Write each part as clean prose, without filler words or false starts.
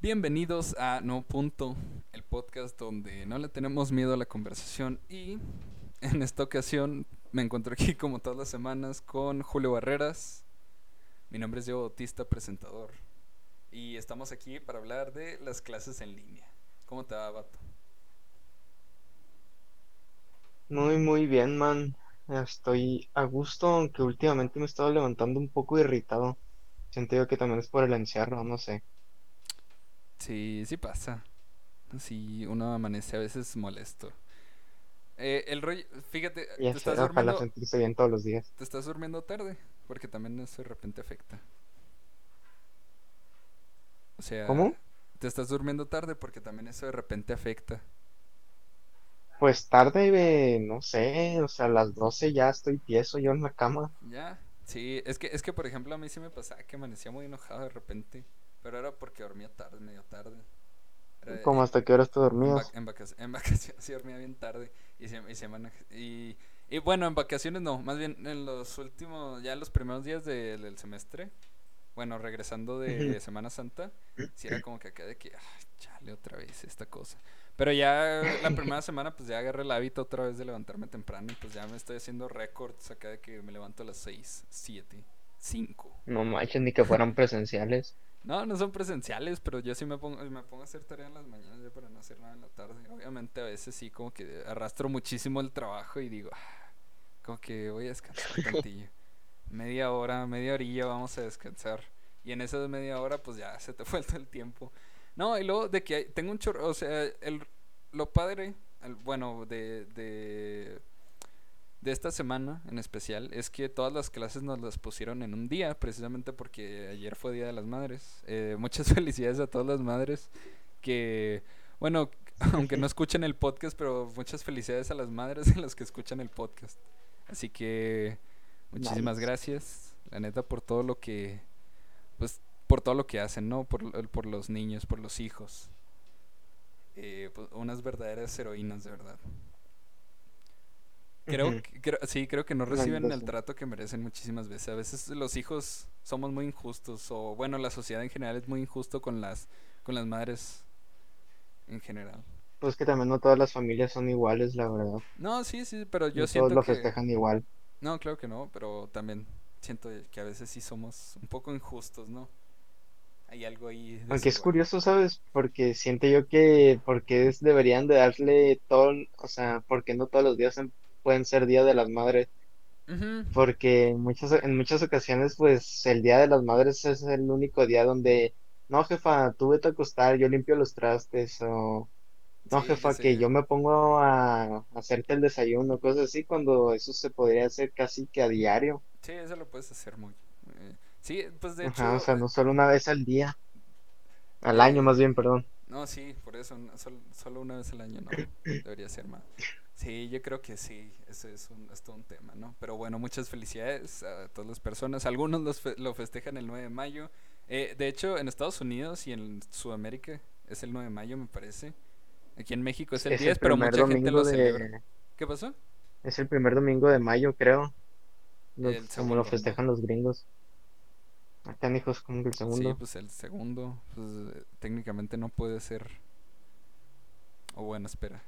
Bienvenidos a No Punto, el podcast donde no le tenemos miedo a la conversación y en esta ocasión me encuentro aquí como todas las semanas con Julio Barreras. Mi nombre es Diego Bautista, presentador, y estamos aquí para hablar de las clases en línea. ¿Cómo te va, vato? Muy bien, man. Estoy a gusto, aunque últimamente me he estado levantando un poco irritado. Siento yo que también es por el encierro, no sé. Sí, sí pasa. Sí, uno amanece a veces molesto. El rollo, fíjate, Ya sé, ojalá sentirse bien todos los días. te estás durmiendo tarde, porque también eso de repente afecta. O sea, ¿Cómo? te estás durmiendo tarde porque también eso de repente afecta. Pues tarde, no sé, o sea, a las 12 ya estoy tieso yo en la cama. Ya, sí, es que por ejemplo a mí sí me pasaba que amanecía muy enojado de repente, pero era porque dormía tarde, medio tarde. Era, ¿Cómo hasta qué horas te dormías? en vacaciones sí dormía bien tarde y bueno, en vacaciones no, más bien en los últimos, ya los primeros días del semestre, bueno, regresando Ujú. de Semana Santa, sí era como que acá de que, ay, chale, otra vez esta cosa. Pero ya la primera semana, pues ya agarré el hábito otra vez de levantarme temprano y pues ya me estoy haciendo récords acá de que me levanto a las 6 7 5. No manches, ni que fueran presenciales. No, no son presenciales, pero yo sí me pongo a hacer tarea en las mañanas ya para no hacer nada en la tarde. Obviamente a veces sí como que arrastro muchísimo el trabajo y digo, como que voy a descansar tantillo. Media horilla vamos a descansar. Y en esa media hora pues ya se te fue todo el tiempo. No, y luego de que tengo un chorro, o sea, lo padre, bueno, de esta semana en especial es que todas las clases nos las pusieron en un día, precisamente porque ayer fue Día de las Madres. Muchas felicidades a todas las madres que, bueno, aunque no escuchen el podcast, pero muchas felicidades a las madres de las que escuchan el podcast. Así que muchísimas Nice. gracias, la neta, por todo lo que, pues, por todo lo que hacen, ¿no? Por los niños, por los hijos. Pues, unas verdaderas heroínas, de verdad. Ujú. Creo que no La reciben neta el sí. trato que merecen muchísimas veces. A veces los hijos somos muy injustos, o bueno, la sociedad en general es muy injusto con las madres en general. Pues que también no todas las familias son iguales, la verdad. No, sí, sí, pero yo No todos siento lo que... festejan igual. No, claro que no, pero también siento que a veces sí somos un poco injustos, ¿no? Hay algo ahí Aunque es desigual. curioso, ¿sabes? Porque siento yo que porque deberían de darle todo, o sea, porque no todos los días pueden ser Día de las Madres, Ujú. porque en muchas ocasiones, pues el Día de las Madres es el único día donde, no, jefa, tú vete a acostar, yo limpio los trastes, o no, Sí, ya jefa, que sé. yo me pongo a hacerte el desayuno, cosas así, cuando eso se podría hacer casi que a diario. Sí, eso lo puedes hacer muy... sí, pues de Ajá, o hecho... sea, no solo una vez al día, al año eh, más bien, perdón. No, sí, por eso, solo una vez al año no, debería ser más. Sí, yo creo que sí, ese es todo un tema, ¿no? Pero bueno, muchas felicidades a todas las personas. Algunos lo festejan el 9 de mayo. De hecho, en Estados Unidos y en Sudamérica es el 9 de mayo, me parece. Aquí en México es el Es el 10, pero primer mucha gente domingo lo celebra. de, ¿Qué pasó? Es el primer domingo de mayo, creo, El como lo segundo, ¿no? festejan los gringos. Acá, hijos, como que el Sí, segundo. pues el segundo, pues técnicamente no puede ser. O bueno, espera.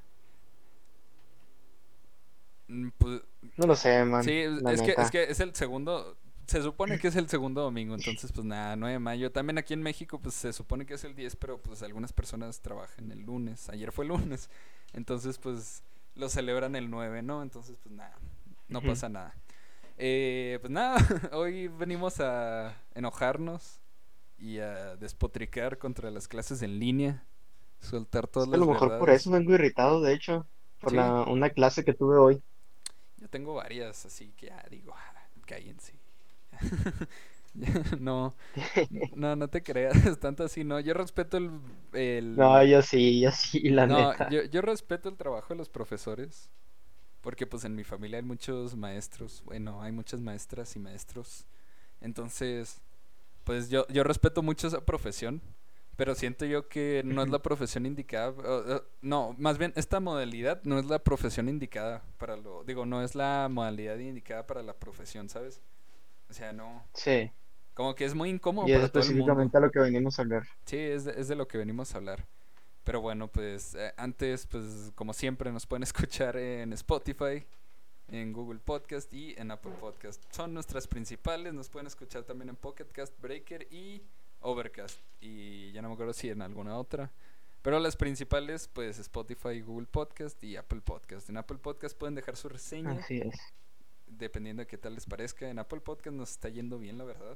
Pues, No lo sé, sí, man, la es neta. que es el segundo, se supone que es el segundo domingo, entonces pues nada, 9 de mayo. También aquí en México pues se supone que es el 10, pero pues algunas personas trabajan el lunes, ayer fue lunes, entonces pues lo celebran el 9, ¿no? Entonces pues nada, no Ujú. pasa nada. Pues nada, hoy venimos a enojarnos y a despotricar contra las clases en línea, soltar Es todas que a lo las mejor por eso verdades. vengo irritado, de hecho, por Sí, una clase que tuve hoy. yo tengo varias, así que ya digo, cállense. No, no te creas, tanto así, no. Yo respeto No, el... yo sí, la No, neta. yo respeto el trabajo de los profesores, porque pues en mi familia hay muchos maestros, bueno, hay muchas maestras y maestros. Entonces, pues yo respeto mucho esa profesión, pero siento yo que no es Ujú. la profesión indicada. No, más bien, esta modalidad no es la profesión indicada para no es la modalidad indicada para la profesión, ¿sabes? O sea, no. Sí, Como que es muy incómodo Y es para todo el mundo. específicamente a lo que venimos a hablar. Sí, es de lo que venimos a hablar. Pero bueno, pues antes, pues como siempre, nos pueden escuchar en Spotify, en Google Podcast y en Apple Podcast. Son nuestras principales. Nos pueden escuchar también en Pocket Cast, Breaker y Overcast. Y ya no me acuerdo si en alguna otra. Pero las principales, pues Spotify, Google Podcast y Apple Podcast. En Apple Podcast pueden dejar su reseña, Así es. dependiendo de qué tal les parezca. En Apple Podcast nos está yendo bien, la verdad.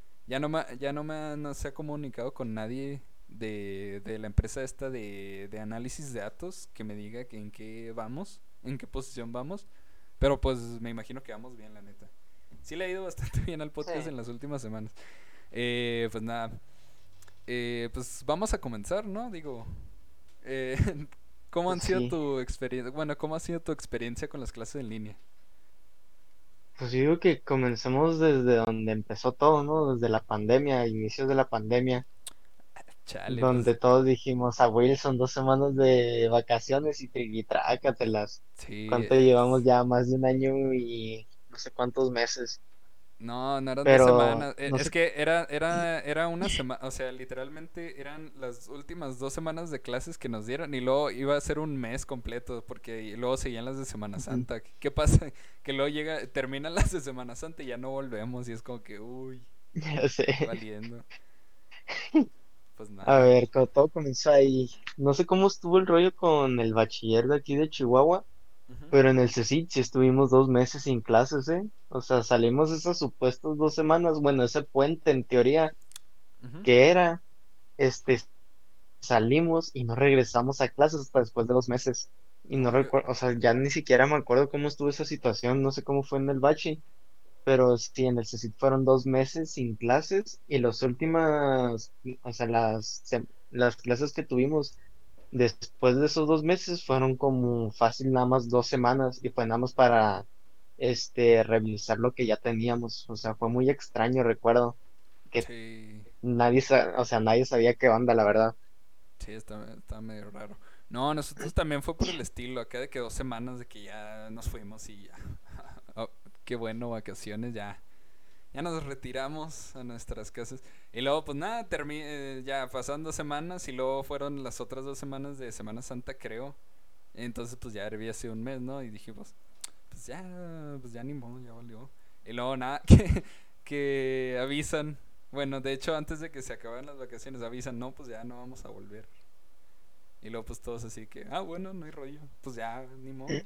No se ha comunicado con nadie de la empresa esta de análisis de datos que me diga que en qué vamos, en qué posición vamos. Pero pues me imagino que vamos bien, la neta. Sí le ha ido bastante bien al Sí, podcast en las últimas semanas. Pues nada, pues vamos a comenzar, ¿no? Digo, eh, ¿cómo pues han sido sí. tu experiencia? Bueno, ¿cómo ha sido tu experiencia con las clases en línea? Pues yo digo que comencemos desde donde empezó todo, ¿no? Desde la pandemia, inicios de la pandemia, Chale, donde pues todos dijimos a Wilson 2 semanas de vacaciones y trácatelas. sí, ¿Cuánto llevamos ya? Más de un año y no sé cuántos meses. no, no eran dos Pero semanas. no Es sé. que era una semana, o sea, literalmente eran las últimas 2 semanas de clases que nos dieron y luego iba a ser un mes completo porque luego seguían las de Semana Ujú. Santa. ¿Qué pasa? Que luego terminan las de Semana Santa y ya no volvemos y es como que, uy, Ya sé. valiendo. Pues A nada. ver, todo comenzó ahí. No sé cómo estuvo el rollo con el bachiller de aquí de Chihuahua. Ujú, Pero en el CECIT sí estuvimos 2 meses sin clases, ¿eh? O sea, salimos esas supuestas 2 semanas, bueno, ese puente en teoría ujú. que era, este, salimos y no regresamos a clases hasta después de 2 meses. Y no No, recuerdo, o sea, ya ni siquiera me acuerdo cómo estuvo esa situación, no sé cómo fue en el bachi, pero sí, en el CECIT fueron 2 meses sin clases y las últimas, o sea, las clases que tuvimos después de esos 2 meses fueron como fácil nada más 2 semanas y fue nada más para revisar lo que ya teníamos. O sea, fue muy extraño, recuerdo que sí, o sea, nadie sabía qué onda, la verdad. sí, está medio raro. No, nosotros también fue por el estilo, acá de que 2 semanas de que ya nos fuimos y ya. Oh, qué bueno, vacaciones, ya. Ya nos retiramos a nuestras casas. Y luego, pues nada, ya pasaron 2 semanas y luego fueron las otras 2 semanas de Semana Santa, creo. Entonces, pues ya había sido un mes, ¿no? Y dijimos, pues ya ni modo, ya valió. Y luego nada, que avisan. Bueno, de hecho, antes de que se acabaran las vacaciones, avisan, no, pues ya no vamos a volver. Y luego, pues todos así que, bueno, no hay rollo. Pues ya, ni modo.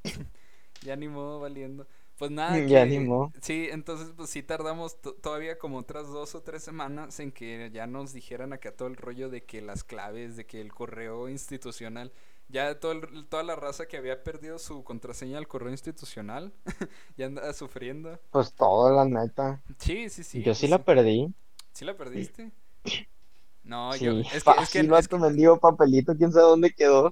Ya ni modo valiendo. Pues nada, Ya que animó. sí, entonces pues sí tardamos todavía como otras 2 o 3 semanas en que ya nos dijeran acá todo el rollo de que las claves, de que el correo institucional, ya toda la raza que había perdido su contraseña al correo institucional, ya andaba sufriendo. Pues todo, la neta. Sí, sí, sí, Yo sí pues la sí. perdí. ¿Sí la perdiste? No, Sí, es que, fácil, es vato, que, mendigo papelito, quién sabe dónde quedó.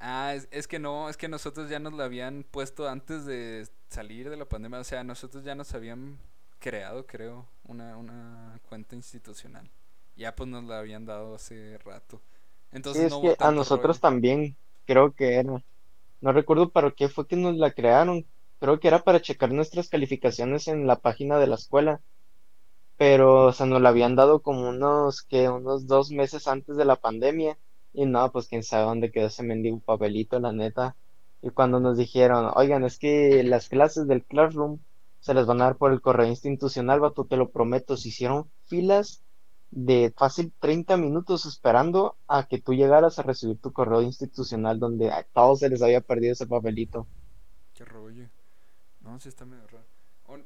es que no, es que nosotros ya nos la habían puesto antes de salir de la pandemia, o sea, nosotros ya nos habían creado, creo, una cuenta institucional. Ya pues nos la habían dado hace rato. Sí, Entonces es no hubo que a tanto rollo. nosotros también, creo que era. No recuerdo para qué fue que nos la crearon. Creo que era para checar nuestras calificaciones en la página de la escuela. Pero, o sea, nos la habían dado como unos 2 meses antes de la pandemia. Y no, pues quién sabe dónde quedó ese mendigo papelito, la neta. Y cuando nos dijeron, oigan, es que las clases del Classroom se las van a dar por el correo institucional, vato, te lo prometo. Se hicieron filas de fácil 30 minutos esperando a que tú llegaras a recibir tu correo institucional donde a todos se les había perdido ese papelito. Qué rollo. No, sí está medio raro. O-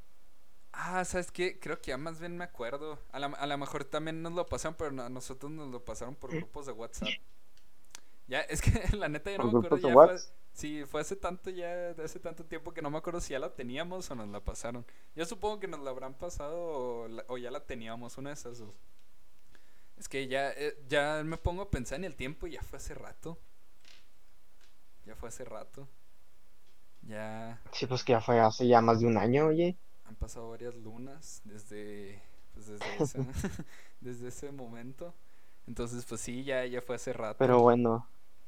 ¿sabes qué? Creo que ya más bien me acuerdo. A lo mejor también nos lo pasaron, pero a nosotros nos lo pasaron por grupos de WhatsApp. Ya, es que la neta ya no Por me acuerdo, grupos de ya fue, WhatsApp. sí, fue hace tanto ya, de hace tanto tiempo que no me acuerdo si ya la teníamos o nos la pasaron. Yo supongo que nos la habrán pasado o ya la teníamos, una de esas dos. Es que ya me pongo a pensar en el tiempo y ya fue hace rato, ya fue hace rato, ya Sí, pues que ya fue hace ya más de un año, oye. han pasado varias lunas desde ese, desde ese momento. Entonces, pues sí, ya fue hace rato. Pero bueno.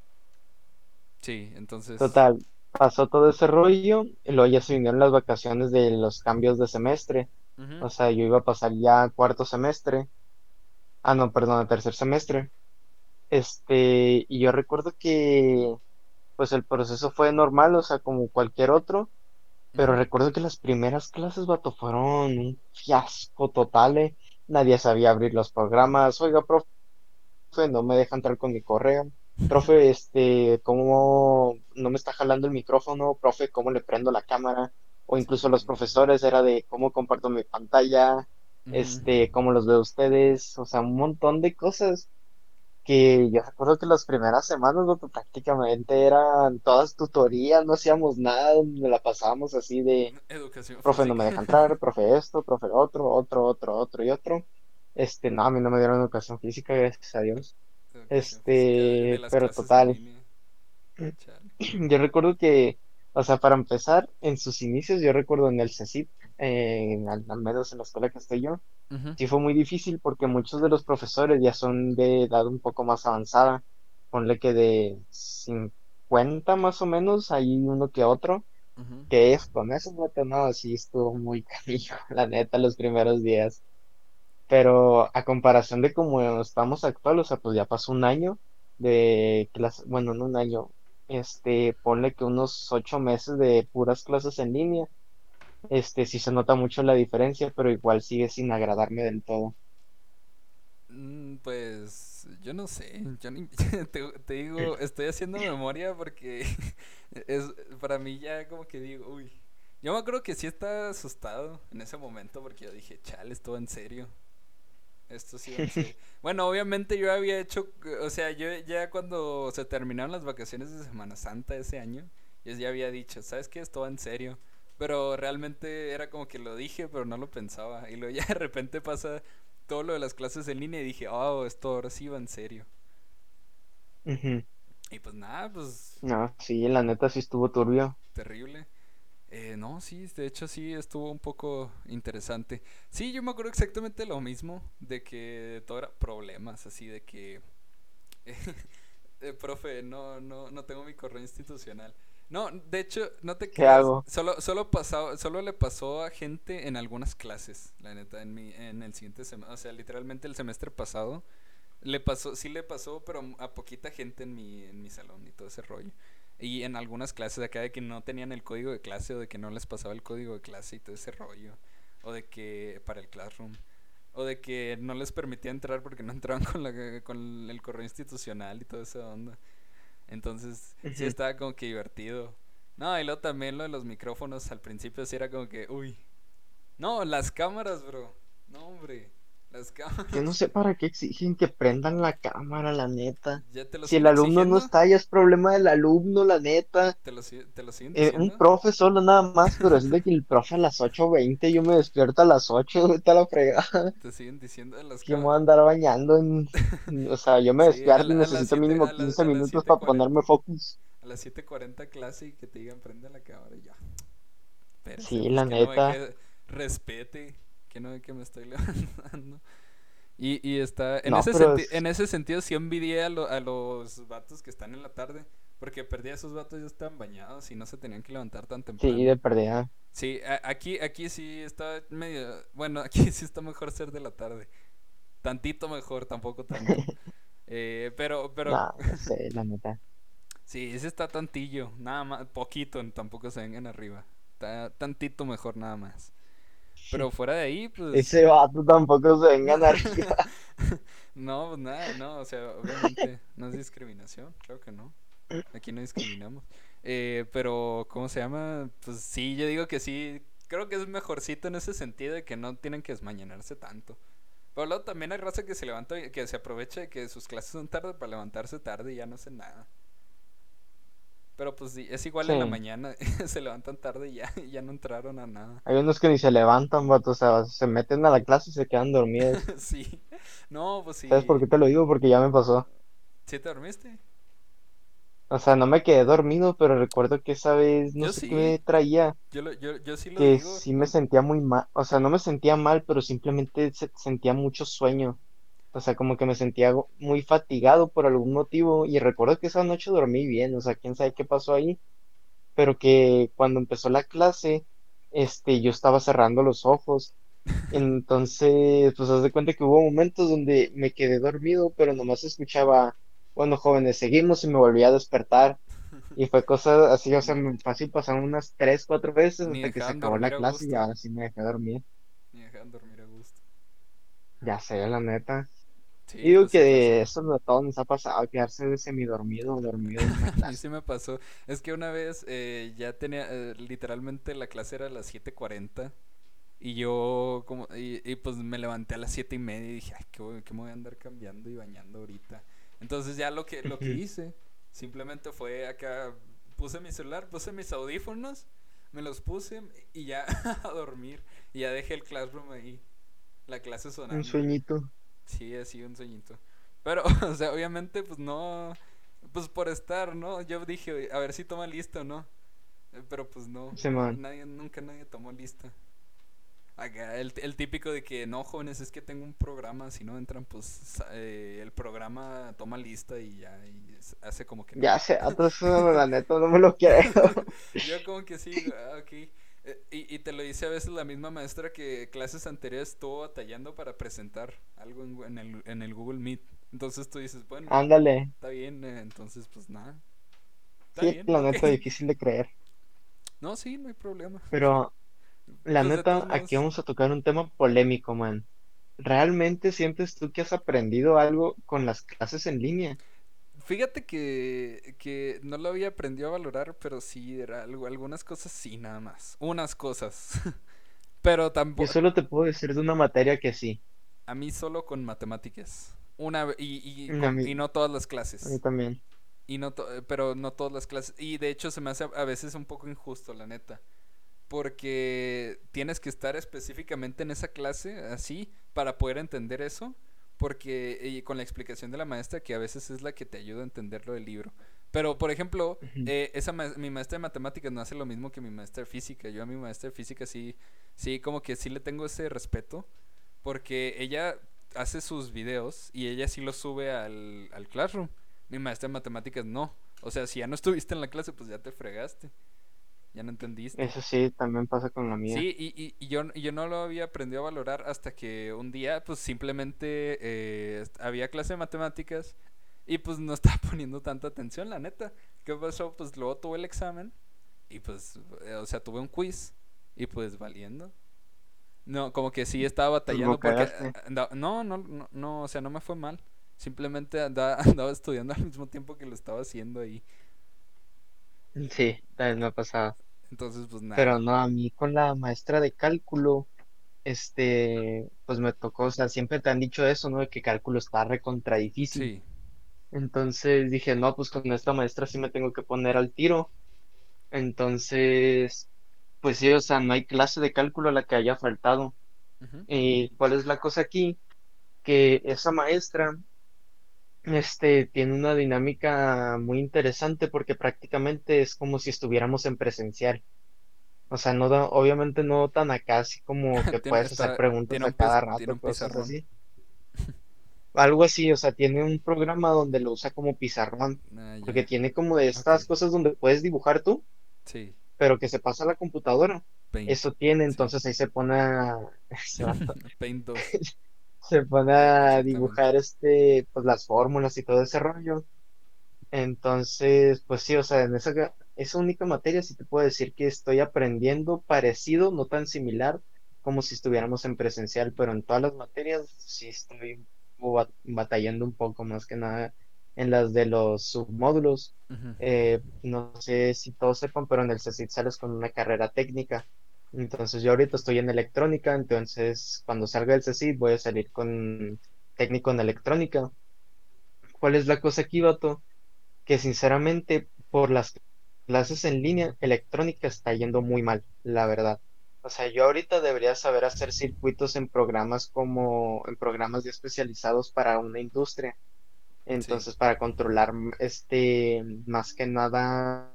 Sí, entonces, Total, pasó todo ese rollo y luego ya se vinieron las vacaciones de los cambios de semestre. Ujú, O sea, yo iba a pasar ya cuarto semestre. Ah, no, perdón, a tercer semestre. Y yo recuerdo que pues el proceso fue normal, o sea, como cualquier otro, pero ujú. recuerdo que las primeras clases, vato, fueron un fiasco total, eh. Nadie sabía abrir los programas. Oiga, profe, no me deja entrar con mi correo. Profe, ¿cómo no me está jalando el micrófono? Profe, ¿cómo le prendo la cámara? O incluso los Sí. profesores era de cómo comparto mi pantalla, Ujú. cómo los veo ustedes, o sea, un montón de cosas que yo recuerdo que las primeras semanas, ¿no? Pues, prácticamente eran todas tutorías, no hacíamos nada, me la pasábamos así de, Educación profe, no me física. deja entrar, profe esto, profe lo otro, otro y otro. No, a mí no me dieron educación física, gracias a Dios. Educación física de las Pero clases en total, línea. Chale. yo recuerdo que, o sea, para empezar, en sus inicios, yo recuerdo en el CECIT, al menos en la escuela que estoy yo, Ujú, sí fue muy difícil porque muchos de los profesores ya son de edad un poco más avanzada. Ponle que de 50 más o menos, hay uno que otro, ujú. que es con eso, no, sí estuvo muy canijo, la neta, los primeros días. Pero a comparación de cómo estamos actual, o sea, pues ya pasó un año de clase, bueno, no un año, ponle que unos 8 meses de puras clases en línea, sí se nota mucho la diferencia, pero igual sigue sin agradarme del todo. Pues yo no sé, yo ni- te digo, estoy haciendo memoria porque es para mí ya como que digo, uy, yo me acuerdo que sí estaba asustado en ese momento porque yo dije, chale, esto va en serio, esto sí va en serio. Bueno, obviamente yo había hecho, o sea, yo ya cuando se terminaron las vacaciones de Semana Santa ese año, yo ya había dicho, ¿sabes qué? Esto va en serio. Pero realmente era como que lo dije, pero no lo pensaba. Y luego ya de repente pasa todo lo de las clases en línea y dije, oh, esto ahora sí va en serio. Ujú. Y pues nada, pues No, sí, la neta sí estuvo turbio. terrible. No, sí, de hecho sí estuvo un poco interesante. Sí, yo me acuerdo exactamente lo mismo, de que todo era problemas, así de que profe, no tengo mi correo institucional. No, de hecho, no te ¿Qué creas. hago? Solo le pasó a gente en algunas clases, la neta, en el siguiente semestre, o sea, literalmente el semestre pasado le pasó, sí le pasó, pero a poquita gente en mi salón y todo ese rollo. Y en algunas clases acá de que no tenían el código de clase o de que no les pasaba el código de clase y todo ese rollo. O de que para el classroom. O de que no les permitía entrar porque no entraban con el correo institucional y toda esa onda. Entonces, sí Ujú. estaba como que divertido. No, y luego también lo de los micrófonos al principio sí era como que, uy. No, las cámaras, bro. No, hombre. Las Yo no cámaras. sé para qué exigen que prendan la cámara, la neta. ¿Ya te lo Si el siguen alumno no exigiendo? está, ya es problema del alumno, la neta. ¿Te lo siguen Un diciendo? profe solo nada más, pero es de que el profe a las 8:20 yo me despierto a las 8, vete a la fregada. Te siguen diciendo de las Que me voy cámaras. a andar bañando o sea, yo me Sí, despierto y necesito mínimo 15 a las minutos siete para cuarenta ponerme focus. a las 7:40 clase y que te digan prende la cámara y ya. Espérese, Sí, pues la que no ve neta. que respete, que no ve que me estoy levantando. Y está, No, pero en ese sentido sí envidié a los vatos que están en la tarde, porque perdí a esos vatos ya estaban bañados y no se tenían que levantar tan sí, temprano. de perdida. Sí, aquí sí está medio, bueno, aquí sí está mejor ser de la tarde. Tantito mejor, tampoco tanto. Pero, No, no sé, la neta. sí, ese está tantillo, nada más, poquito, tampoco se vengan arriba. Está tantito mejor nada más. Pero fuera de ahí, pues, Ese vato tampoco se no, vengan arriba. no, pues nada, no, o sea, obviamente no es discriminación, claro que no. Aquí no discriminamos. Pero, ¿cómo se llama? Pues sí, yo digo que sí, creo que es mejorcito en ese sentido de que no tienen que desmañanarse tanto. Pero luego también hay raza que se levanta, que se aprovecha de que sus clases son tarde para levantarse tarde y ya no hacen nada. Pero pues sí, es igual en la Sí, mañana, se levantan tarde y ya no entraron a nada. hay unos que ni se levantan, vato, o sea, se meten a la clase y se quedan dormidos. Sí, no, pues ¿Sabes por sí. qué te lo digo? Porque ya me pasó. ¿Sí te dormiste? O sea, no me quedé dormido, pero recuerdo que esa vez no Yo sé qué sí, me traía, yo sí lo que digo. sí me sentía muy mal, o sea, no me sentía mal, pero simplemente sentía mucho sueño. O sea, como que me sentía muy fatigado por algún motivo y recuerdo que esa noche dormí bien, o sea, quién sabe qué pasó ahí, pero que cuando empezó la clase, yo estaba cerrando los ojos Entonces, pues haz de cuenta que hubo momentos donde me quedé dormido, pero nomás escuchaba, bueno, jóvenes, seguimos y me volví a despertar. Y fue cosa así, o sea, fácil pasaron unas 3, 4 veces Ni hasta que se dejaban acabó la dormir a clase y gusto. ahora sí me dejé dormir. Ni dejaban dormir a gusto. Ya sé, la neta. Y Sí, digo pues sí que pasa. eso a todos nos ha pasado, quedarse de semidormido o dormido en una A mí clase. sí me pasó. Es que una vez ya tenía, literalmente la clase era a las 7:40 y yo como, y pues me levanté a las 7:30 y dije, ay, ¿qué me voy a andar cambiando y bañando ahorita? Entonces ya lo que Ujú. hice simplemente fue acá, puse mi celular, puse mis audífonos, me los puse y ya a dormir. Y ya dejé el classroom ahí, la clase Un sonando. sueñito. Sí, así un sueñito. Pero, o sea, obviamente, pues no, pues por estar, ¿no? Yo dije, a ver si toma lista o no. Pero pues no, Simón. nunca nadie tomó lista. Acá, el típico de que no, jóvenes, es que tengo un programa, si no entran, pues el programa toma lista y ya, y hace como que no. Ya sé, a todo eso, la neta, no me lo creo. Yo como que sí, ok. Y te lo dice a veces la misma maestra que clases anteriores estuvo batallando para presentar algo en el Google Meet. Entonces tú dices, bueno, Ándale. está bien, entonces pues nada, está Sí, bien, la ok. neta, difícil de creer. No, sí, no hay problema. Pero, la Pues de todos neta, aquí modos, vamos a tocar un tema polémico, man. ¿Realmente sientes tú que has aprendido algo con las clases en línea? fíjate que no lo había aprendido a valorar, pero sí, era algo, algunas cosas sí, nada más. Unas cosas. Pero Yo tampoco, solo te puedo decir de una materia que sí. a mí solo con matemáticas. A mí, Y no todas las a mí clases. también. Pero no todas las clases. Y de hecho se me hace a veces un poco injusto, la neta. Porque tienes que estar específicamente en esa clase, así, para poder entender eso. Porque y con la explicación de la maestra, que a veces es la que te ayuda a entender lo del libro. Pero, por ejemplo, Ujú. mi maestra de matemáticas no hace lo mismo que mi maestra de física. Yo a mi maestra de física sí, sí, como que sí le tengo ese respeto. Porque ella hace sus videos y ella sí los sube al Classroom. Mi maestra de matemáticas no. O sea, si ya no estuviste en la clase, pues ya te fregaste. Ya no entendiste. Eso sí, también pasa con la mía. Sí, y yo no lo había aprendido a valorar hasta que un día, pues simplemente había clase de matemáticas y pues no estaba poniendo tanta atención, la neta. ¿Qué pasó? Pues luego tuve el examen y pues, o sea, tuve un quiz y pues valiendo. No, como que sí estaba Pues lo batallando porque cagaste. no, o sea, no me fue mal. Simplemente andaba estudiando al mismo tiempo que lo estaba haciendo ahí. Sí, también me ha pasado. Entonces, pues Pero nada. no, a mí con la maestra de cálculo, pues me tocó, o sea, siempre te han dicho eso, ¿no? De que cálculo está recontra difícil. Sí. Entonces dije, no, pues con esta maestra sí me tengo que poner al tiro. Entonces, pues sí, o sea, no hay clase de cálculo a la que haya faltado. Ujú. ¿Y cuál es la cosa aquí? Que esa maestra, tiene una dinámica muy interesante porque prácticamente es como si estuviéramos en presencial. O sea, no obviamente no tan acá, así como que Tiene, puedes hacer preguntas a cada tiene rato, un cosas pizarrón. así. Algo así, o sea, tiene un programa donde lo usa como pizarrón, Ah, porque ya. tiene como de Ok. estas cosas donde puedes dibujar tú, Sí. pero que se pasa a la computadora. Paint. Eso tiene, Sí. entonces ahí se pone a, ese vato, Paint 2. se pone a Exactamente. dibujar pues las fórmulas y todo ese rollo. Entonces, pues sí, o sea, en esa única materia sí te puedo decir que estoy aprendiendo parecido, no tan similar como si estuviéramos en presencial, pero en todas las materias sí estoy como batallando un poco más que nada en las de los submódulos. Ujú. No sé si todos sepan, pero en el CECIT sales con una carrera técnica. Entonces yo ahorita estoy en electrónica, entonces cuando salga del CECIT voy a salir con técnico en electrónica. ¿Cuál es la cosa aquí, vato? Que sinceramente por las clases en línea, electrónica está yendo muy mal, la verdad. O sea, yo ahorita debería saber hacer circuitos en programas ya especializados para una industria. Sí. Entonces, para controlar, más que nada,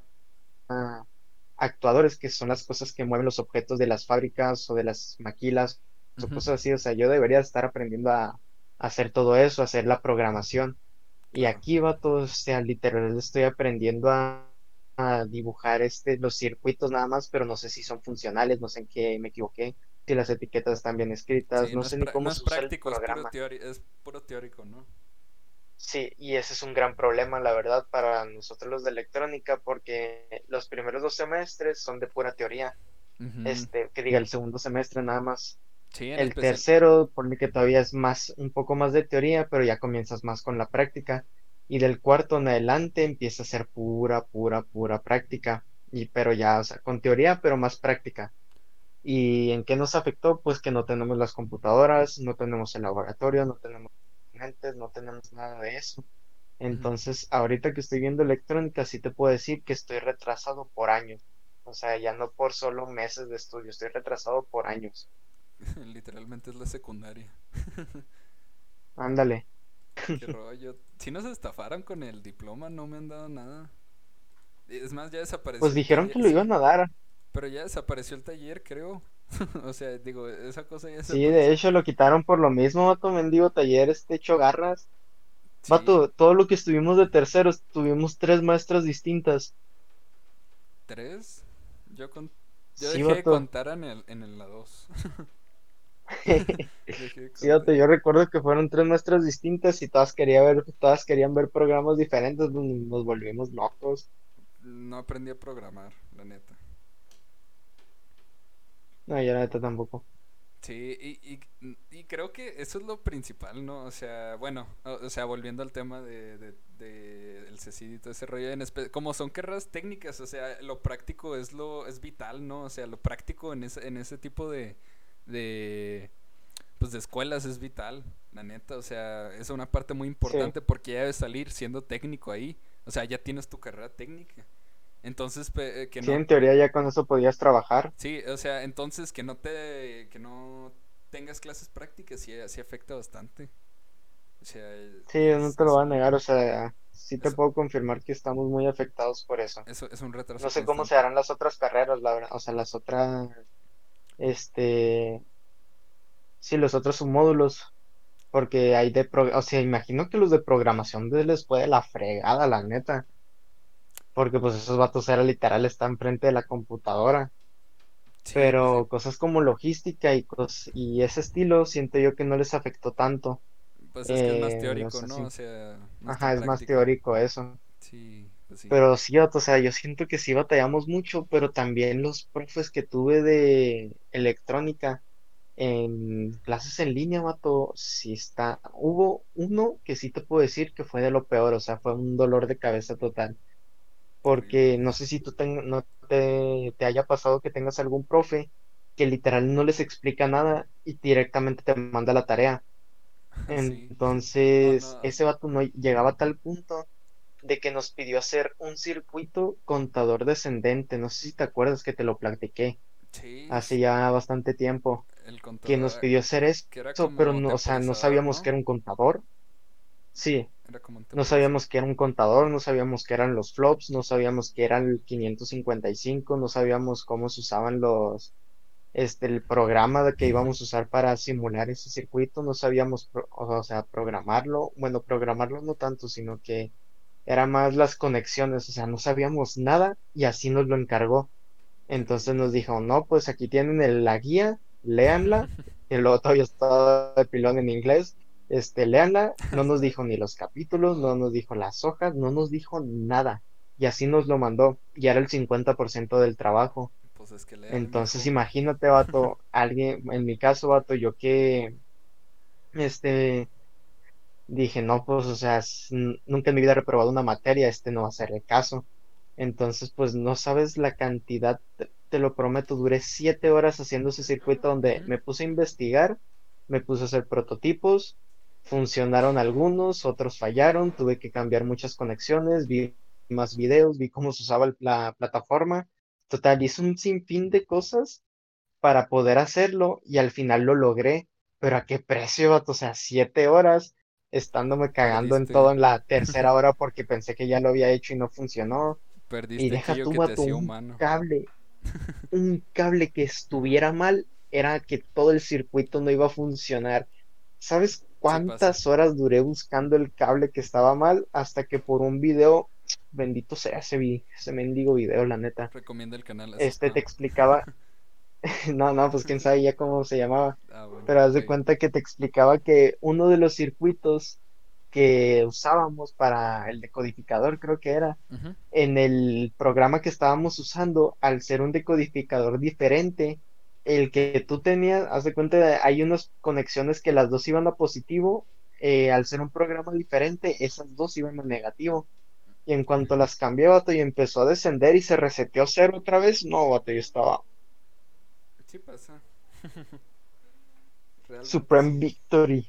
actuadores, que son las cosas que mueven los objetos de las fábricas o de las maquilas o Ujú. cosas así. O sea, yo debería estar aprendiendo a hacer todo eso, a hacer la programación. Y Claro. aquí, vato, o sea, literal estoy aprendiendo a dibujar los circuitos nada más, pero no sé si son funcionales, no sé en qué me equivoqué. si las etiquetas están bien escritas, Sí, no sé ni no cómo es se usa el práctico, programa. es puro teórico, ¿no? Sí, y ese es un gran problema, la verdad, para nosotros los de electrónica, porque los primeros 2 semestres son de pura teoría, Ujú. que diga el segundo semestre nada más. Sí, en El especial. tercero, ponle que todavía es más, un poco más de teoría, pero ya comienzas más con la práctica. Y del cuarto en adelante empieza a ser pura, pura, pura práctica. Pero ya, o sea, con teoría, pero más práctica. ¿Y en qué nos afectó? Pues que no tenemos las computadoras, no tenemos el laboratorio, no tenemos componentes, no tenemos nada de eso. Ujú. Entonces, ahorita que estoy viendo electrónica, sí te puedo decir que estoy retrasado por años. O sea, ya no por solo meses de estudio, estoy retrasado por años. Literalmente es la secundaria. Ándale. Qué rollo. Si nos estafaron con el diploma, no me han dado nada. Es más, ya Pues desapareció el dijeron que taller. lo Sí, iban a dar. pero ya desapareció el taller, creo. O sea, digo, esa cosa ya Sí, de desapareció. hecho lo quitaron por lo mismo, vato, mendigo taller, hecho garras. Sí, Vato, todo lo que estuvimos de terceros, tuvimos 3 maestras distintas. tres. Yo con... Yo Sí, dejé de vato. contar la 2. Dejé de Sí, contar. vato, yo recuerdo que fueron 3 maestras distintas y todas querían ver programas diferentes, pues, nos volvimos locos. No aprendí a programar, la neta. No, yo la neta tampoco. Sí, y creo que eso es lo principal, ¿no? O sea, bueno, o sea, volviendo al tema de el CECID y todo ese rollo, como son carreras técnicas, o sea, lo práctico es vital, ¿no? O sea, lo práctico en ese tipo de, pues de escuelas es vital, la neta, o sea, es una parte muy Sí, importante porque ya debes salir siendo técnico ahí, o sea, ya tienes tu carrera técnica. Entonces, que sí, no. en teoría ya con eso podías trabajar. Sí, o sea, entonces que no tengas clases prácticas sí afecta bastante. O sea, Sí, no te lo es voy a negar, un o sea, sí te es, puedo confirmar que estamos muy afectados por eso. es un retraso No sé cómo se constante. harán las otras carreras, la verdad, o sea, las otras, este, sí, los otros submódulos, porque o sea, imagino que los de programación les fue de la fregada, la neta, porque pues esos vatos era literal, están enfrente de la computadora, Sí, pues sí, pero cosas como logística y ese estilo, siento yo que no les afectó tanto, pues es que es más o teórico, sea, ¿no? sí, O sea, no es tan ajá, es más práctico. teórico eso. Sí, pues sí. Pero sí, vato, o sea, yo siento que sí batallamos mucho, pero también los profes que tuve de electrónica en clases en línea, vato, sí está. Hubo uno que sí te puedo decir que fue de lo peor, o sea, fue un dolor de cabeza total. Terrible. Porque no sé si no te haya pasado que tengas algún profe que literal no les explica nada y directamente te manda la tarea. Sí. No, Entonces, no. ese vato no llegaba a tal punto de que nos pidió hacer un circuito contador descendente. No sé si te acuerdas que te lo platiqué Sí, hace ya bastante tiempo, el que nos contador pidió hacer que era eso, pero como no, o sea, no temporizador, sabíamos que ¿no? era un contador. Sí, Era como un no temporizador. sabíamos que era un contador, no sabíamos que eran los flops, no sabíamos que era el 555, no sabíamos cómo se usaban el programa que íbamos a usar para simular ese circuito, no sabíamos, o sea, programarlo. Bueno, programarlo no tanto, sino que era más las conexiones, o sea, no sabíamos nada y así nos lo encargó. Entonces Terrible. nos dijo, no, pues aquí tienen la guía, léanla, y luego todavía estaba de pilón en inglés, léanla, no nos Está- dijo ni los capítulos, no nos dijo las hojas, no nos dijo nada. Y así nos lo mandó, y era el 50% del trabajo. Pues es que léale, Entonces mijo. imagínate, vato, alguien, en mi caso, vato, yo que, este, dije, no, pues, o sea, nunca en mi vida he reprobado una materia, no va a ser el caso. Entonces, pues, no sabes la cantidad, te lo prometo, duré 7 horas haciendo ese circuito donde Ujú. me puse a investigar, me puse a hacer prototipos, funcionaron algunos, otros fallaron, tuve que cambiar muchas conexiones, vi más videos, vi cómo se usaba la plataforma. Total, hice un sinfín de cosas para poder hacerlo y al final lo logré, pero ¿a qué precio, vato? O sea, 7 horas estándome cagando en todo Perdiste, en la tercera hora porque pensé que ya lo había hecho y no funcionó. Y perdiste deja aquello tú, que te vato, hacía humano. un cable que estuviera mal era que todo el circuito no iba a funcionar. ¿Sabes Sí pasa. cuántas horas duré buscando el cable que estaba mal? Hasta que por un video, bendito sea ese mendigo video, la neta, Recomienda el canal, así te spam. explicaba. No, no, pues quién sabe ya cómo se llamaba. Ah, bueno, Pero haz está de bien. cuenta que te explicaba que uno de los circuitos que usábamos para el decodificador, creo que era, Ujú. en el programa que estábamos usando, al ser un decodificador diferente, el que tú tenías, haz de cuenta, hay unas conexiones que las dos iban a positivo, al ser un programa diferente, esas dos iban a negativo. Y en cuanto las cambié, vato, y empezó a descender y se reseteó cero otra vez, no, vato, yo estaba Sí pasa. Realmente Supreme sí. Victory.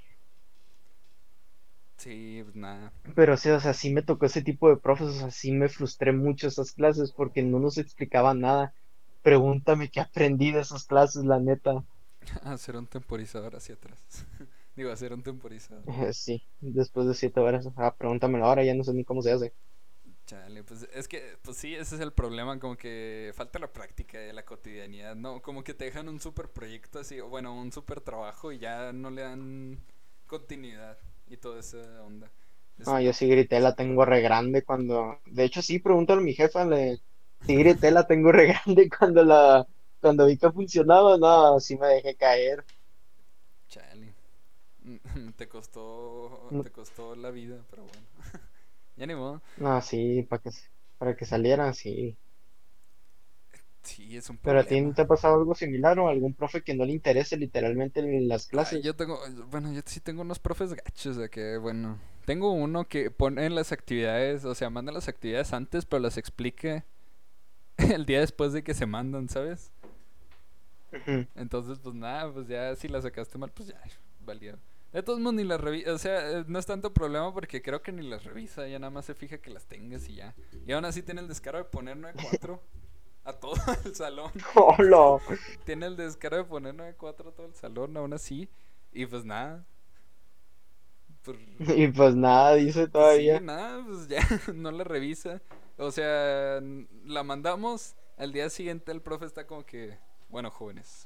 Sí, pues nada. Pero sí, o sea, sí me tocó ese tipo de profes, o sea, sí me frustré mucho esas clases porque no nos explicaban nada. Pregúntame qué aprendí de esas clases, la neta. Hacer un temporizador hacia atrás. Digo, hacer un temporizador. Sí, después de 7 horas, pregúntamelo ahora, ya no sé ni cómo se hace. Chale, pues es que, pues sí, ese es el problema, como que falta la práctica de la cotidianidad, ¿no? Como que te dejan un super proyecto así, o bueno, un super trabajo y ya no le dan continuidad y toda esa onda. No, yo No, sí grité, es la un tengo re problema. grande cuando, de hecho sí, pregúntale a mi jefa, sí grité, la tengo re grande cuando vi que funcionaba, no, sí me dejé caer. Chale. No, Te costó la vida, pero bueno. Ya ni modo. no, sí, para que salieran, sí. Sí, es un Pero a ti problema. no te ha pasado algo similar o algún profe que no le interese literalmente en las Ay, clases. bueno, yo sí tengo unos profes gachos de que, bueno, tengo uno que pone las actividades, o sea, manda las actividades antes, pero las explique el día después de que se mandan, ¿sabes? Ujú. Entonces, pues nada, pues ya si la sacaste mal, pues ya, valió. De todos modos, ni las revisa, o sea, no es tanto problema porque creo que ni las revisa, ya nada más se fija que las tengas y ya. Y aún así tiene el descaro de poner 9-4 a todo el salón. Hola. Tiene el descaro de poner 9-4 a todo el salón, aún así. Y pues nada, por, Y pues nada, dice pues sí, todavía. nada, pues ya no la revisa. O sea, la mandamos, al día siguiente el profe está como que, bueno, jóvenes,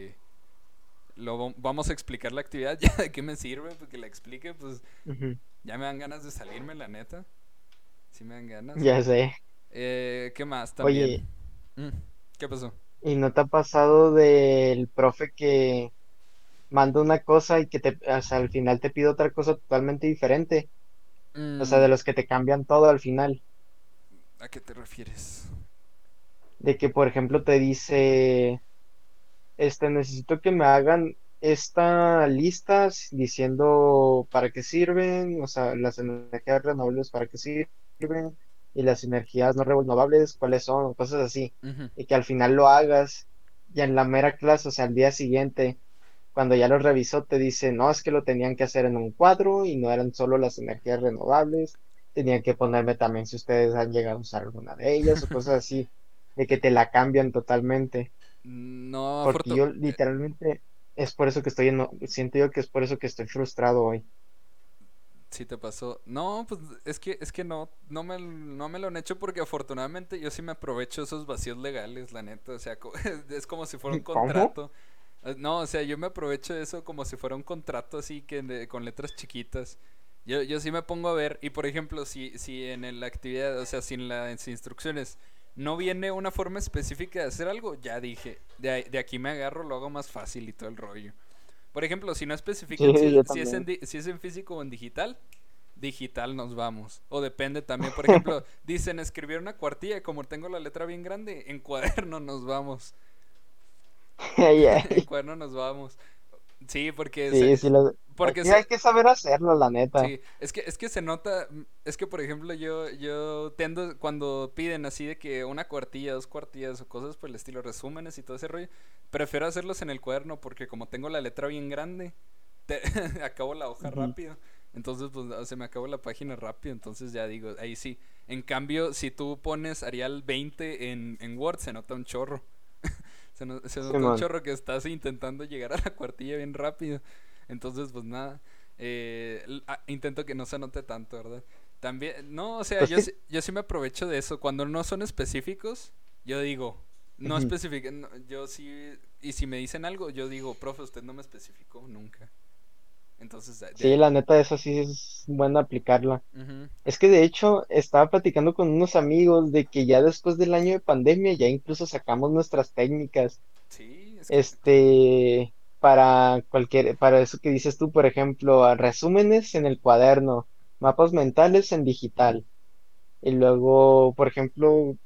vamos a explicar la actividad, ya de qué me sirve, porque la explique, pues Ujú. ya me dan ganas de salirme, la neta. Sí me dan ganas. Ya sé. ¿Qué más también? Oye, Mm, ¿Qué pasó? ¿y no te ha pasado del profe que manda una cosa y que o sea, al final te pide otra cosa totalmente diferente? O sea, Mm, de los que te cambian todo al final. ¿A qué te refieres? De que, por ejemplo, te dice, necesito que me hagan esta lista diciendo para qué sirven, o sea, las energías renovables para qué sirven y las energías no renovables cuáles son, o cosas así. Ujú. Y que al final lo hagas y en la mera clase, o sea, al día siguiente, cuando ya lo revisó, te dice, no, es que lo tenían que hacer en un cuadro y no eran solo las energías renovables, tenían que ponerme también si ustedes han llegado a usar alguna de ellas o cosas así, de que te la cambian totalmente. No, Porque yo literalmente es por eso que siento yo que es por eso que estoy frustrado hoy. sí te pasó. No, pues es que no me lo han hecho porque afortunadamente yo sí me aprovecho de esos vacíos legales, la neta. O sea, es como si fuera un ¿Cómo? contrato. No, o sea, yo me aprovecho de eso como si fuera un contrato así que con letras chiquitas. Yo sí me pongo a ver y por ejemplo, si en la actividad, o sea, sin las instrucciones, no viene una forma específica de hacer algo, ya dije, de aquí me agarro, lo hago más fácil y todo el rollo. Por ejemplo, si no especifican Sí, yo también. si es en físico o en digital, digital nos vamos. O depende también, por ejemplo, dicen escribir una cuartilla, como tengo la letra bien grande, en cuaderno nos vamos. Ay, En ay. cuaderno nos vamos. Sí, Sí, sí, porque sí hay que saber hacerlo, la neta. sí, es que se nota, es que por ejemplo yo tendo cuando piden así de que una cuartilla, dos cuartillas o cosas por el estilo, resúmenes y todo ese rollo, prefiero hacerlos en el cuaderno porque como tengo la letra bien grande, te- acabo la hoja Ujú. rápido. Entonces, pues se me acabó la página rápido. Entonces ya digo, ahí sí. En cambio, si tú pones Arial 20 en Word, se nota un chorro. Se nota un Simón, chorro que estás intentando llegar a la cuartilla bien rápido. Entonces, pues nada. Intento que no se note tanto, ¿verdad? También, no, o sea, pues que, yo sí me aprovecho de eso. Cuando no son específicos, yo digo, no ujú. especifiquen, yo sí, y si me dicen algo, yo digo, profe, usted no me especificó nunca. Entonces, de Sí, ahí. la neta, eso sí es bueno aplicarla. Ujú. Es que de hecho estaba platicando con unos amigos de que ya después del año de pandemia ya incluso sacamos nuestras técnicas. Sí, Es que para eso que dices tú, por ejemplo, a resúmenes en el cuaderno, mapas mentales en digital. Y luego, por ejemplo,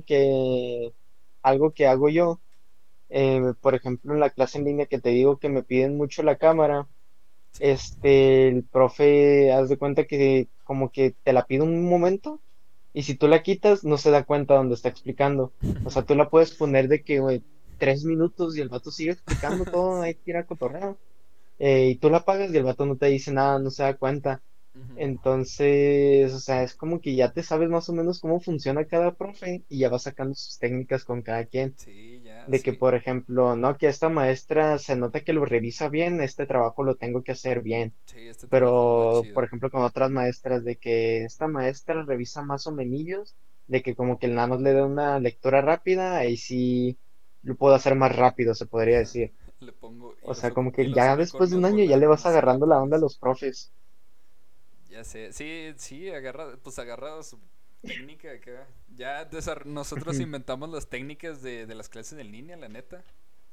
algo que hago yo, por ejemplo, en la clase en línea que te digo que me piden mucho la cámara, sí. el profe, haz de cuenta que como que te la pide un momento y si tú la quitas no se da cuenta donde está explicando. O sea, tú la puedes poner de que, güey, 3 minutos y el vato sigue explicando todo, Sí. ahí tira cotorreo. Y tú la apagas y el vato no te dice nada, no se da cuenta. Ujú. Entonces, o sea, es como que ya te sabes más o menos cómo funciona cada profe y ya vas sacando sus técnicas con cada quien. Sí, ya, De que, sí. por ejemplo, no, que esta maestra se nota que lo revisa bien, este trabajo lo tengo que hacer bien. Sí, este trabajo va Pero, por chido. ejemplo, con otras maestras, de que esta maestra revisa más o menos, de que como que el nano le da una lectura rápida, ahí sí lo puedo hacer más rápido, se podría decir. Le pongo O sea, como y que los ya después de un unicornios año ya le vas volando, sí le agarrando la onda a pones. los profes. Ya sé, sí, sí, agarra su técnica acá. Ya nosotros Ujú. inventamos las técnicas de las clases en línea, la neta.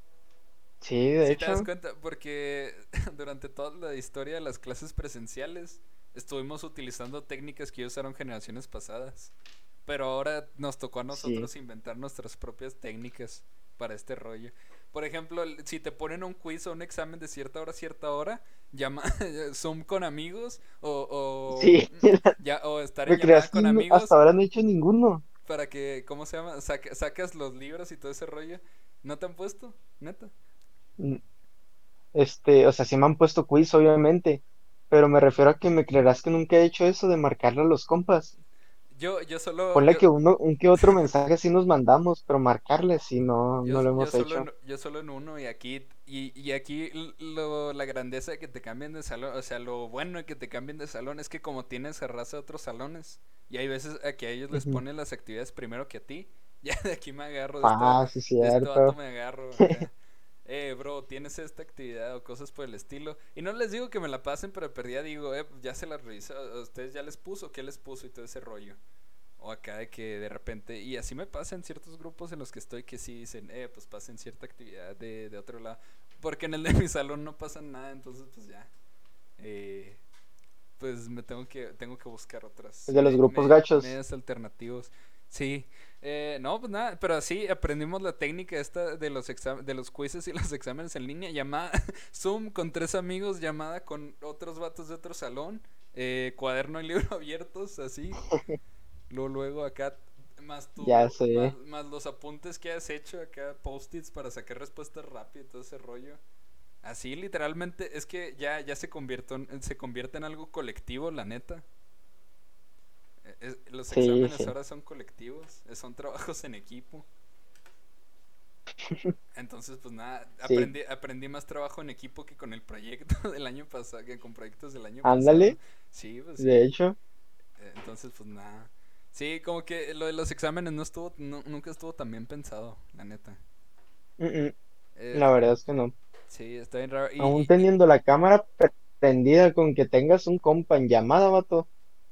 Sí, de Sí te das hecho, cuenta, porque durante toda la historia de las clases presenciales estuvimos utilizando técnicas que usaron generaciones pasadas. Pero ahora nos tocó a sí. nosotros inventar nuestras propias técnicas para este rollo. Por ejemplo, si te ponen un quiz o un examen de cierta hora, llama Zoom con amigos Sí, o estar en me creas llamada que con hasta amigos ahora no he hecho ninguno. para que, ¿cómo se llama? Sacas los libros y todo ese rollo. ¿No te han puesto? Neta. Mm, o sea, sí me han puesto quiz, obviamente, pero me refiero a que me creerás que nunca he hecho eso de marcarle a los compas. Yo solo, Ponle que un que otro mensaje sí nos mandamos, pero marcarle sí no, no lo Yo hemos solo hecho. yo solo en uno y aquí la grandeza de que te cambien de salón, o sea, lo bueno de que te cambien de salón es que como tienes arrasa de otros salones y hay veces a que a ellos les Ujú. ponen las actividades primero que a ti, ya de aquí me agarro Ah, sí, de este vato cierto. me agarro acá. Bro, tienes esta actividad o cosas por el estilo. Y no les digo que me la pasen, pero perdía digo, ya se la revisó, ¿a ustedes ya les puso? ¿Qué les puso? Y todo ese rollo. O acá de que de repente, y así me pasa en ciertos grupos en los que estoy que sí dicen, pues pasen cierta actividad de otro lado. Porque en el de mi salón no pasa nada, entonces pues ya. eh, pues tengo que buscar Es otras de los grupos gachos. medias alternativas. Sí, no, pues nada, pero así aprendimos la técnica esta de de los quizzes y los exámenes en línea, llamada Zoom con 3 amigos, llamada con otros vatos de otro salón, cuaderno y libro abiertos, así. Luego acá, Ya sé. más los apuntes que has hecho acá, post-its para sacar respuestas rápidas y todo ese rollo. Así literalmente es que ya se convierte en algo colectivo, la neta. Los Sí, exámenes sí. ahora son colectivos, son trabajos en equipo. Entonces, pues nada, Sí. aprendí más trabajo en equipo que con el proyecto del año pasado, que con proyectos del año pasado. Ándale. Sí, pues De sí. hecho. Entonces, pues nada. Sí, como que lo de los exámenes nunca estuvo tan bien pensado, la neta. mm, mm, Eh, La verdad es que no. sí, está bien raro. Aún teniendo la cámara prendida con que tengas un compa en llamada, vato.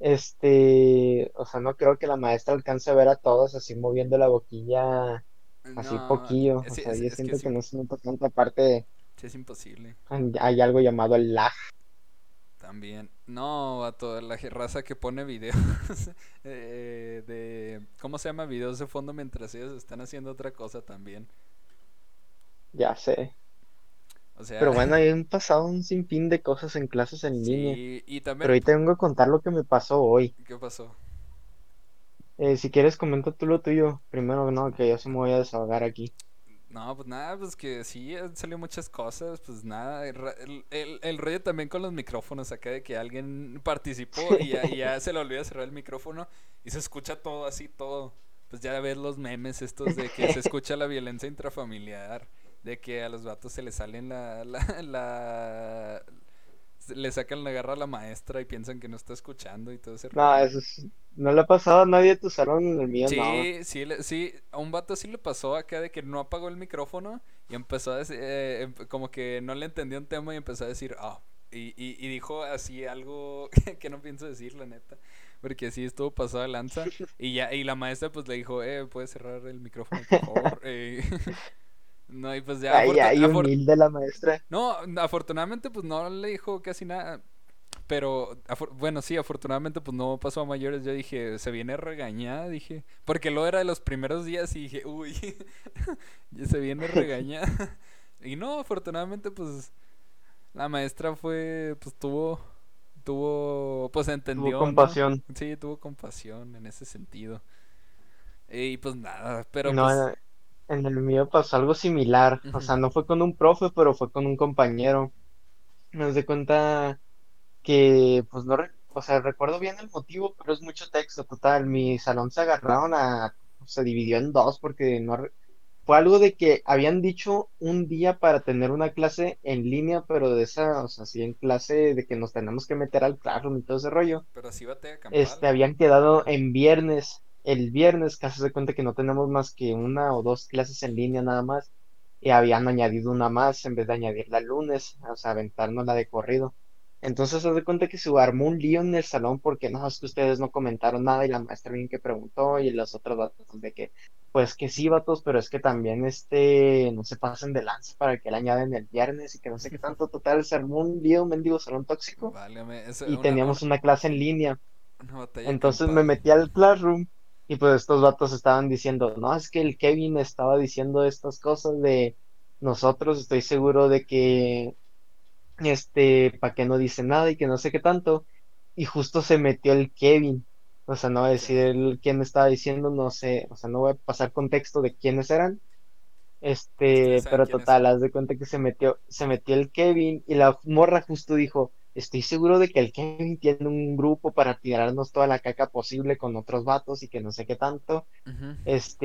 O sea, no creo que la maestra alcance a ver a todos así moviendo la boquilla así No, poquillo. O sea, yo es que siento que no se nota tanto. Aparte, sí es imposible. hay algo llamado el lag. También. No, a toda la raza que pone videos ¿cómo se llama? Videos de fondo mientras ellos están haciendo otra cosa también. Ya sé. O sea, Pero bueno, hay un pasado un sinfín de cosas en clases en línea. sí. Y Pero también, ahorita vengo a contar lo que me pasó hoy. ¿qué pasó? Si quieres, comenta tú lo tuyo. Primero, no, que yo se me voy a desahogar aquí. No, pues nada, pues que sí, han salido muchas cosas, pues nada, el rollo también con los micrófonos acá de que alguien participó y ya se le olvida cerrar el micrófono y se escucha todo así, todo. Pues ya ves los memes estos de que se escucha la violencia intrafamiliar, de que a los vatos se les salen le sacan la garra a la maestra y piensan que no está escuchando y todo ese No, rollo. no le ha pasado a nadie a tu salón, en el mío no. Sí, sí, sí, a un vato sí le pasó acá de que no apagó el micrófono y empezó a decir, como que no le entendió un tema y empezó a decir, y dijo así algo que no pienso decir, la neta, porque así estuvo pasado de lanza y la maestra pues le dijo, ¿puedes cerrar el micrófono, por favor? No, y pues ya, Ay, ay, humilde la maestra. no, afortunadamente pues no le dijo casi nada. Pero, bueno, sí, afortunadamente pues no pasó a mayores. Yo dije, se viene regañada, dije. Porque lo era de los primeros días y dije, uy, ya se viene regañada. Y no, afortunadamente pues la maestra pues pues Tuvo entendió, ¿no? compasión. Sí, tuvo compasión en ese sentido. Y pues nada, pero No, pues... en el mío pasó algo similar. O Ujú. sea, no fue con un profe, pero fue con un compañero. Nos de cuenta que, pues no, o sea, recuerdo bien el motivo, pero es mucho texto, total. Mi salón se dividió en dos porque no, fue algo de que habían dicho un día para tener una clase en línea, pero de esa, o sea, sí en clase de que nos tenemos que meter al Classroom y todo ese rollo. Pero sí batalla campal. Habían quedado en viernes. El viernes, casi se cuenta que no tenemos más que una o dos clases en línea nada más. Y habían añadido una más en vez de añadirla el lunes, o sea, aventárnosla de corrido. Entonces se de cuenta que se armó un lío en el salón porque no, es que ustedes no comentaron nada y la maestra bien que preguntó y los otros vatos de que, pues que sí, vatos, pero es que también no se pasen de lanza para que le añaden el viernes y que no sé qué tanto. Total, se armó un lío, un mendigo salón tóxico Válgame, es y teníamos una clase en línea. una batalla Entonces me campal. metí al Classroom y pues estos vatos estaban diciendo, no, es que el Kevin estaba diciendo estas cosas de nosotros, estoy seguro de que, ¿para qué no dice nada y que no sé qué tanto? Y justo se metió el Kevin. O sea, no voy a decir ¿Qué? quién estaba diciendo, no sé, o sea, no voy a pasar contexto de quiénes eran, Es que ya saben pero quiénes total, son. haz de cuenta que se metió el Kevin y la morra justo dijo, estoy seguro de que el Kevin tiene un grupo para tirarnos toda la caca posible con otros vatos y que no sé qué tanto. Ujú.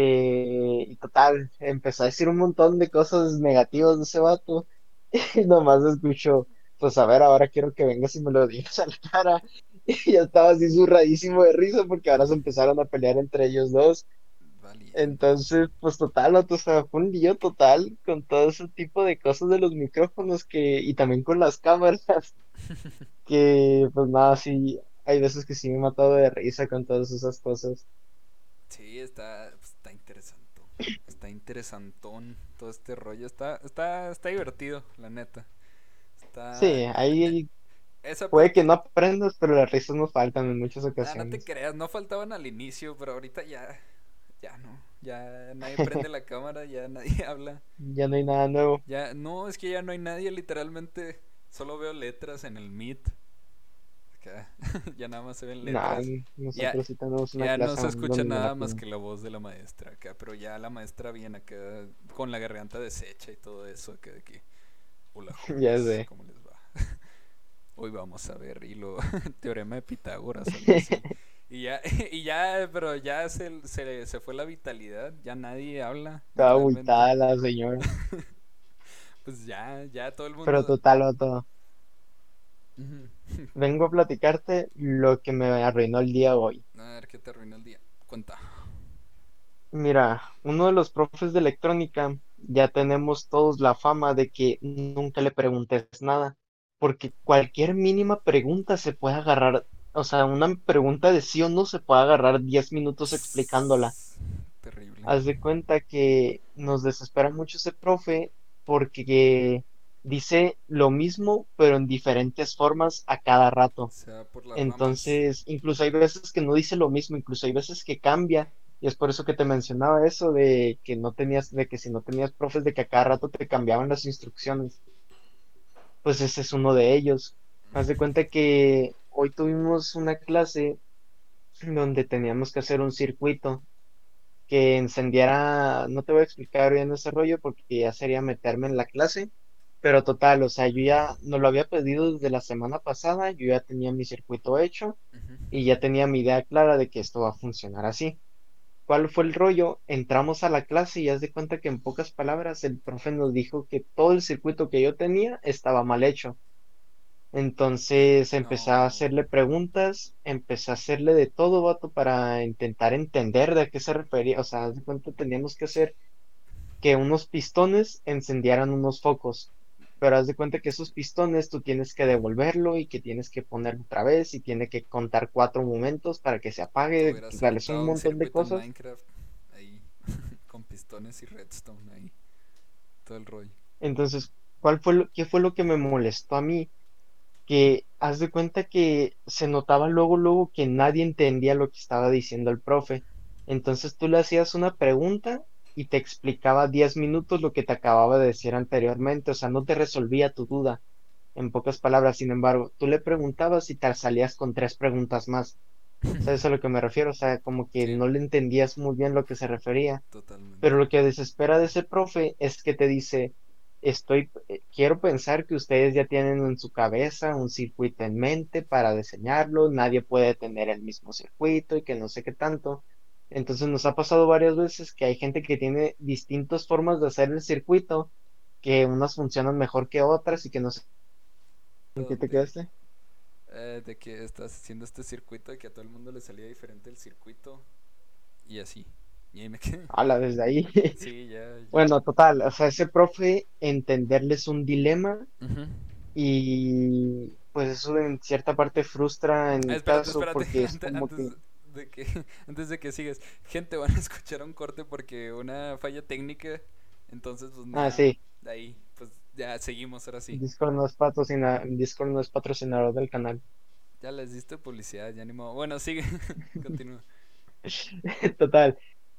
Y total, empezó a decir un montón de cosas negativas de ese vato y nomás escucho, pues a ver, ahora quiero que vengas y me lo digas a la cara. Y yo estaba así zurradísimo de risa porque ahora se empezaron a pelear entre ellos dos. Valiendo. Entonces, pues total, o sea, fue un lío total con todo ese tipo de cosas de los micrófonos y también con las cámaras, que pues nada, sí, hay veces que sí me he matado de risa con todas esas cosas. Sí, está interesante. Está interesantón todo este rollo. Está divertido, la neta. Está. Sí, ahí Esa puede que parte. no aprendas, pero las risas nos faltan en muchas Nada, no te ocasiones. creas, no faltaban al inicio, pero ahorita ya. Ya no. Ya nadie prende la cámara, ya nadie habla. Ya no hay nada nuevo. Ya, no, es que ya no hay nadie, literalmente. Solo veo letras en el Meet. Acá, ya nada más se ven Nada, letras. Ya, nosotros sí tenemos una ya no clase se aún escucha donde no la nada más piden. que la voz de la maestra acá, pero ya la maestra viene acá con la garganta deshecha y todo eso acá de que, hola Ya jóvenes, sé. ¿cómo les va? Hoy vamos a ver teorema de Pitágoras o algo así. Y ya, y ya, pero ya se fue la vitalidad, ya nadie habla, Toda literalmente. abultada la señora. Pues ya todo el Pero mundo. total, vato, Ujú. vengo a platicarte lo que me arruinó el día hoy. A ver qué te arruina el día. Cuenta. Mira, uno de los profes de electrónica, ya tenemos todos la fama de que nunca le preguntes nada, porque cualquier mínima pregunta se puede agarrar, o sea, una pregunta de sí o no se puede agarrar 10 minutos explicándola. Terrible. Haz de cuenta que nos desespera mucho ese profe porque dice lo mismo, pero en diferentes formas a cada rato. Se va por las ramas. Entonces, incluso hay veces que no dice lo mismo, incluso hay veces que cambia. Y es por eso que te mencionaba eso de que no tenías, de que si no tenías profes, de que a cada rato te cambiaban las instrucciones. Pues ese es uno de ellos. Haz de cuenta que hoy tuvimos una clase donde teníamos que hacer un circuito que encendiera, no te voy a explicar bien ese rollo porque ya sería meterme en la clase, pero total, o sea, yo ya no lo había pedido desde la semana pasada, yo ya tenía mi circuito hecho Ujú. y ya tenía mi idea clara de que esto va a funcionar así. ¿Cuál fue el rollo? Entramos a la clase y haz de cuenta que en pocas palabras el profe nos dijo que todo el circuito que yo tenía estaba mal hecho. Entonces empecé a No. hacerle preguntas, empecé a hacerle de todo, vato, para intentar entender de a qué se refería. O sea, haz de cuenta teníamos que hacer que unos pistones encendieran unos focos. Pero haz de cuenta que esos pistones tú tienes que devolverlo y que tienes que ponerlo otra vez y tiene que contar 4 momentos para que se Tú apague. hubieras Vale, es un aventado un montón de circuito en cosas. Minecraft ahí con pistones y redstone ahí. todo el rollo. Entonces, ¿qué fue lo que me molestó a mí? Que haz de cuenta que se notaba luego, luego que nadie entendía lo que estaba diciendo el profe. Entonces tú le hacías una pregunta y te explicaba 10 minutos lo que te acababa de decir anteriormente, o sea, no te resolvía tu duda, en pocas palabras. Sin embargo, tú le preguntabas y te salías con tres preguntas más. ¿Sabes a lo que me refiero? O sea, como que Sí, no le entendías muy bien lo que se refería. Pero totalmente. lo que desespera de ese profe es que te dice, quiero pensar que ustedes ya tienen en su cabeza un circuito en mente para diseñarlo, nadie puede tener el mismo circuito y que no sé qué tanto. Entonces nos ha pasado varias veces que hay gente que tiene distintas formas de hacer el circuito, que unas funcionan mejor que otras y que no sé en qué te De, quedaste. de que estás haciendo este circuito y que a todo el mundo le salía diferente el circuito y así. Y ahí me quedé. Hala, desde ahí. Sí, ya. Bueno, total, o sea, ese profe entenderles un dilema. Ujú. Y pues eso en cierta parte frustra en mi Espérate, caso espérate, porque es como antes que, de que, antes de que sigas. Gente, van a escuchar un corte porque una falla técnica. Entonces, pues nada, sí, de ahí, pues ya seguimos ahora sí. Discord no es patrocinador del canal. Ya les diste publicidad, ya ni modo. Bueno, sigue, continúa. Total,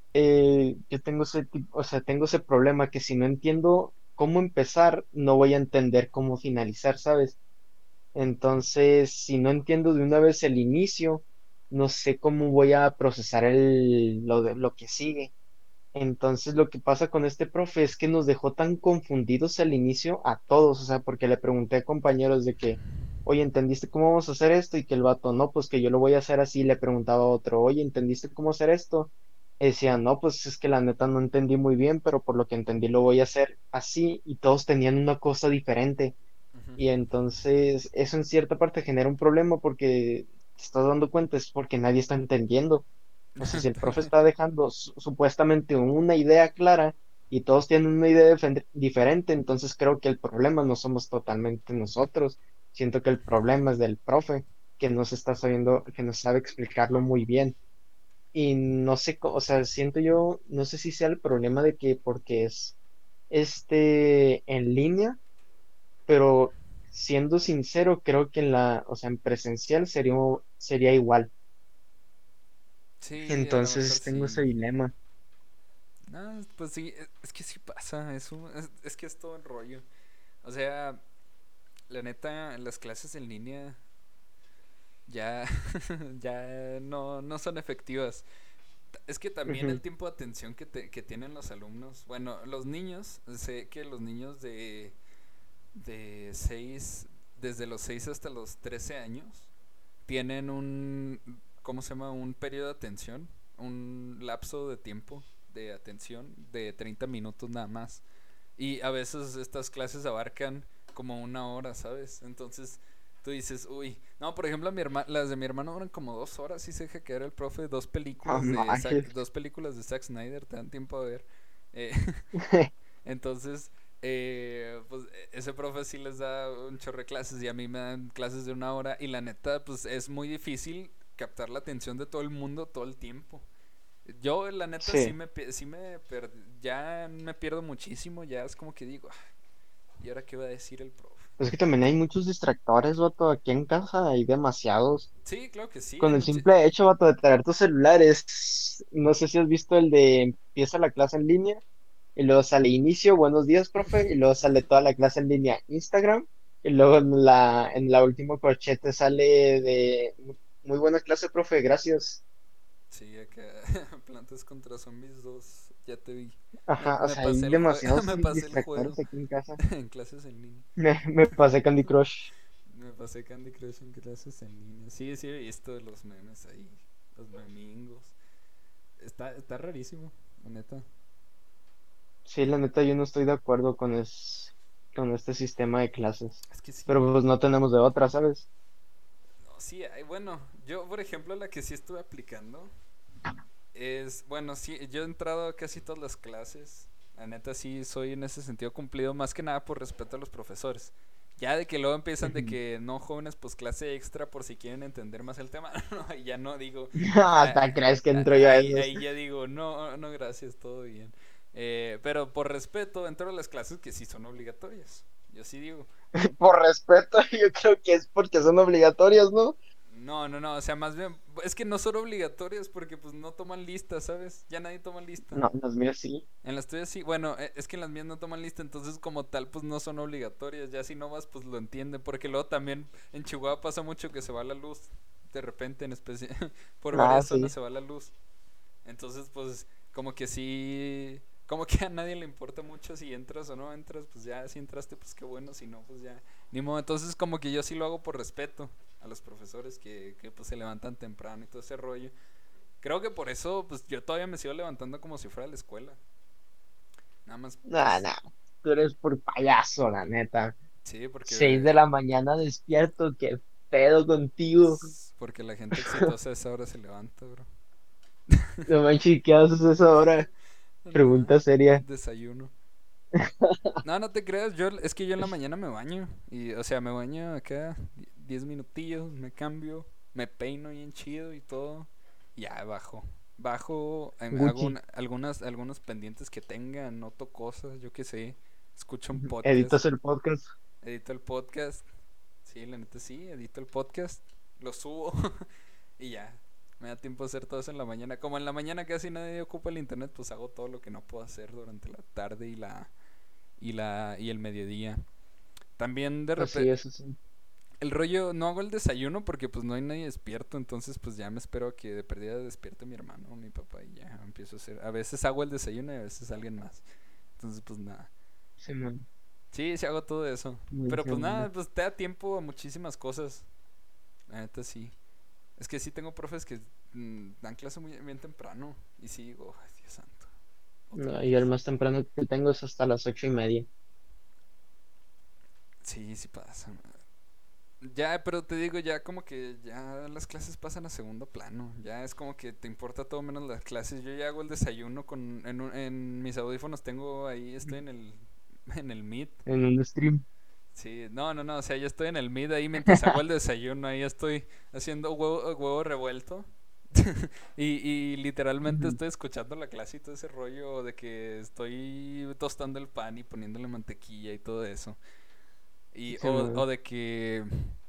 yo tengo o sea, tengo ese problema que si no entiendo cómo empezar, no voy a entender cómo finalizar, ¿sabes? Entonces, si no entiendo de una vez el inicio, no sé cómo voy a procesar lo que sigue. Entonces lo que pasa con este profe es que nos dejó tan confundidos al inicio a todos, o sea, porque le pregunté a compañeros de que, oye, ¿entendiste cómo vamos a hacer esto? Y que el vato, no, pues que yo lo voy a hacer así, le preguntaba a otro, oye, ¿entendiste cómo hacer esto? Y decía, no, pues es que la neta no entendí muy bien, pero por lo que entendí lo voy a hacer así, y todos tenían una cosa diferente. Ujú. Y entonces eso en cierta parte genera un problema porque te estás dando cuenta, es porque nadie está entendiendo. O sea, si el profe está dejando supuestamente una idea clara y todos tienen una idea diferente, entonces creo que el problema no somos totalmente nosotros. Siento que el problema es del profe, que no se está sabiendo, que no sabe explicarlo muy bien. Y no sé, o sea, siento yo, no sé si sea el problema de que porque es en línea, pero siendo sincero, creo que o sea, en presencial sería igual. Sí, a lo mejor Entonces tengo ese sí. dilema. No, pues sí, es que sí pasa, es que es todo el rollo. O sea, la neta, las clases en línea ya, ya no son efectivas. Es que también el Ujú, tiempo de atención que tienen los alumnos, bueno, los niños, sé que los niños de 6 desde los 6 hasta los 13 años, tienen ¿cómo se llama? Un periodo de atención, un lapso de tiempo de atención de 30 minutos nada más. Y a veces estas clases abarcan como una hora, ¿sabes? Entonces tú dices, uy, no, por ejemplo, las de mi hermano eran como 2 horas y se deja caer el profe, no manches. Dos películas de Zack Snyder, te dan tiempo a ver. Eh, entonces, pues ese profe sí les da un chorro de clases y a mí me dan clases de una hora y la neta, pues es muy difícil captar la atención de todo el mundo todo el tiempo. Yo, la neta, Sí, ya me pierdo muchísimo. Ya es como que digo, ¿y ahora qué va a decir el profe? es que también hay muchos distractores, vato. Aquí en casa hay demasiados. Sí, claro que sí, hay Con el mucho. simple hecho, vato, de traer tus celulares. No sé si has visto el de empieza la clase en línea y luego sale inicio, buenos días, profe, y luego sale toda la clase en línea Instagram, y luego en la última corchete sale de muy buena clase, profe, gracias. Sí, acá Plantas contra Zombies 2, ya te vi. Ajá, o Me sea, hay pasé el juego, demasiados me pasé el juego distractores aquí en casa. en clases en línea. Me pasé Candy Crush. Me pasé Candy Crush en clases en línea. Sí, sí, he visto los memes ahí, los memingos. Está rarísimo, la neta. Sí, la neta, yo no estoy de acuerdo con este sistema de clases. Es que Pero sí, pues no tenemos de otra, ¿sabes? no, sí, bueno, yo por ejemplo la que sí estuve aplicando bueno, sí, yo he entrado a casi todas las clases. La neta sí soy en ese sentido cumplido, más que nada por respeto a los profesores. Ya de que luego empiezan de Ujú. que no jóvenes, pues clase extra por si quieren entender más el tema. No, y ya no digo, Hasta crees que entro yo a esos. ahí ya digo, no, no gracias, todo bien. Pero por respeto, entro a las clases que sí son obligatorias. Yo sí digo. Por respeto, yo creo que es porque son obligatorias, ¿no? No, no, no, o sea, más bien, es que no son obligatorias porque pues no toman lista, ¿sabes? Ya nadie toma lista. No, las mías sí. En las tuyas sí, bueno, es que en las mías no toman lista, entonces como tal pues no son obligatorias, ya si no vas pues lo entiende, porque luego también en Chihuahua pasa mucho que se va la luz, de repente en especial, por Ah, varias zonas sí. se va la luz, entonces pues como que sí, como que a nadie le importa mucho si entras o no entras, pues ya si entraste pues qué bueno, si no pues ya, ni modo, entonces como que yo sí lo hago por respeto a los profesores que pues se levantan temprano y todo ese rollo. Creo que por eso pues yo todavía me sigo levantando como si fuera a la escuela. Nada más, Nah, pues, nah. Tú eres por payaso, la neta. sí, 6 de la mañana despierto, qué pedo contigo. porque la gente exitosa a esa hora se levanta, bro. No manches, ¿qué haces a esa hora? Nada, Pregunta seria. desayuno. No, no te creas, es que yo en la mañana me baño. Y, o sea, me baño acá 10 minutillos, me cambio, me peino bien chido y todo. Y ya bajo. Bajo, hago Gucci. algunos pendientes que tenga, anoto cosas, yo qué sé. Escucho un podcast, Editas el podcast. edito el podcast. Sí, la neta sí, edito el podcast, lo subo y ya. Me da tiempo de hacer todo eso en la mañana. Como en la mañana casi nadie ocupa el internet, pues hago todo lo que no puedo hacer durante la tarde y el mediodía. También de Así repente es, así. el rollo no hago el desayuno porque pues no hay nadie despierto, entonces pues ya me espero a que de perdida despierte mi hermano o mi papá y ya empiezo a hacer. A veces hago el desayuno y a veces alguien más. Entonces pues nada. Simón. Sí, sí hago todo eso. Muy Pero pues seguro. nada, pues te da tiempo a muchísimas cosas. La neta sí. Es que sí tengo profes que dan clase muy bien temprano. Y sí digo, ay, Dios santo, otra No, yo el vez. más temprano que tengo es hasta las 8:30. Sí, sí pasa. Ya, pero te digo, ya como que ya las clases pasan a segundo plano. Ya es como que te importa todo menos las clases. Yo ya hago el desayuno en mis audífonos tengo ahí, estoy en el Meet. En un stream. Sí, no, no, no, o sea, yo estoy en el Meet ahí mientras hago el desayuno, ahí estoy haciendo huevo revuelto. Y literalmente Ujú. estoy escuchando la clase y todo ese rollo de que estoy tostando el pan y poniéndole mantequilla y todo eso. O Simón. de que...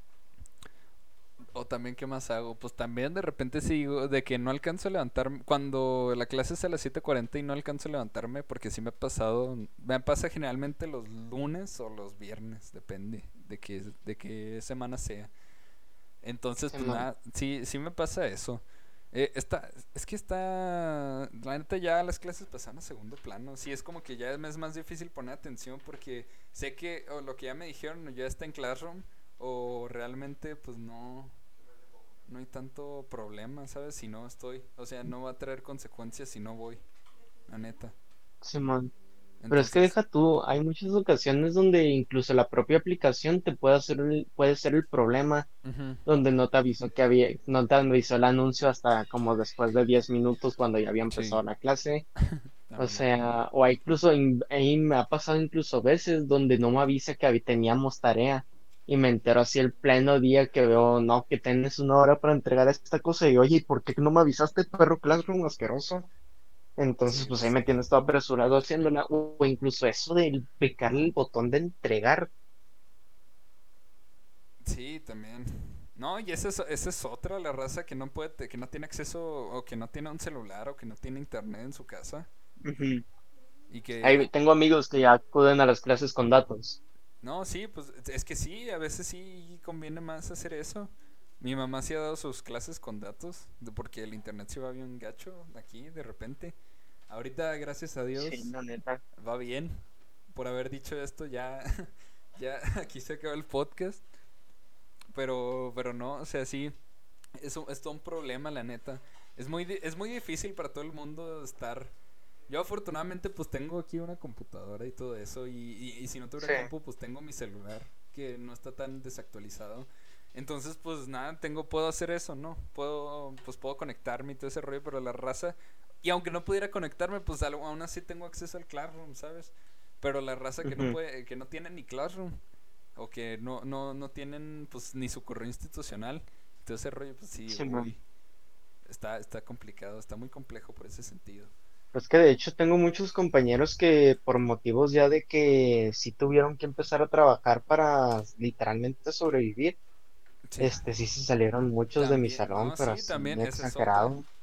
O también, ¿qué más hago? Pues también de repente sigo de que no alcanzo a levantarme. Cuando la clase es a las 7:40 y no alcanzo a levantarme, porque sí me ha pasado. Me pasa generalmente los lunes o los viernes, depende de qué semana sea. Entonces, pues Simón. nada, sí, sí me pasa eso. Es que está, la neta ya las clases pasan a segundo plano. Sí, es como que ya me es más difícil poner atención porque sé que o lo que ya me dijeron ya está en Classroom o realmente pues no hay tanto problema, ¿sabes? Si no estoy, o sea, no va a traer consecuencias si no voy, la neta. Simón. Pero es que Entonces, deja tú, hay muchas ocasiones donde incluso la propia aplicación te puede puede ser el problema, ujú, donde no te avisó no te avisó el anuncio hasta como después de 10 minutos cuando ya había sí, empezado la clase. O también. sea, o hay incluso, ahí me ha pasado incluso veces donde no me avisa que teníamos tarea y me entero así el pleno día que veo, no, que tienes 1 hora para entregar esta cosa y oye, ¿y por qué no me avisaste, perro Classroom asqueroso? Entonces, Sí, pues ahí pues me tienes todo apresurado haciéndola, o incluso eso de picarle el botón de entregar. sí, también. No, y esa es otra, la raza que no puede, que no tiene acceso o que no tiene un celular o que no tiene internet en su casa Ujú. y que Ahí tengo amigos que ya acuden a las clases con datos. no, sí, pues es que sí, a veces sí conviene más hacer eso. Mi mamá sí ha dado sus clases con datos porque el internet se va bien gacho aquí de repente. Ahorita, gracias a Sí, Dios, la neta. va bien. Por haber dicho esto ya ya aquí se acaba el podcast, pero no, o sea, sí es todo un problema, la neta. Es muy difícil para todo el mundo estar. Yo afortunadamente pues tengo aquí una computadora y todo eso y si no tuviera Sí. compu pues tengo mi celular que no está tan desactualizado. Entonces pues nada, puedo hacer eso, ¿no? Puedo conectarme y todo ese rollo, pero la raza y aunque no pudiera conectarme pues aún así tengo acceso al Classroom, ¿sabes? Pero la raza que no Ujú. puede, que no tiene ni Classroom o que no tienen pues ni su correo institucional, todo ese rollo pues sí, Sí, man. uy, está complicado, está muy complejo por ese sentido. Pues que de hecho tengo muchos compañeros que por motivos ya de que sí tuvieron que empezar a trabajar para literalmente sobrevivir, Sí. sí se salieron muchos de mi También, salón, no, pero sí, así también, esa es otra. exagerado.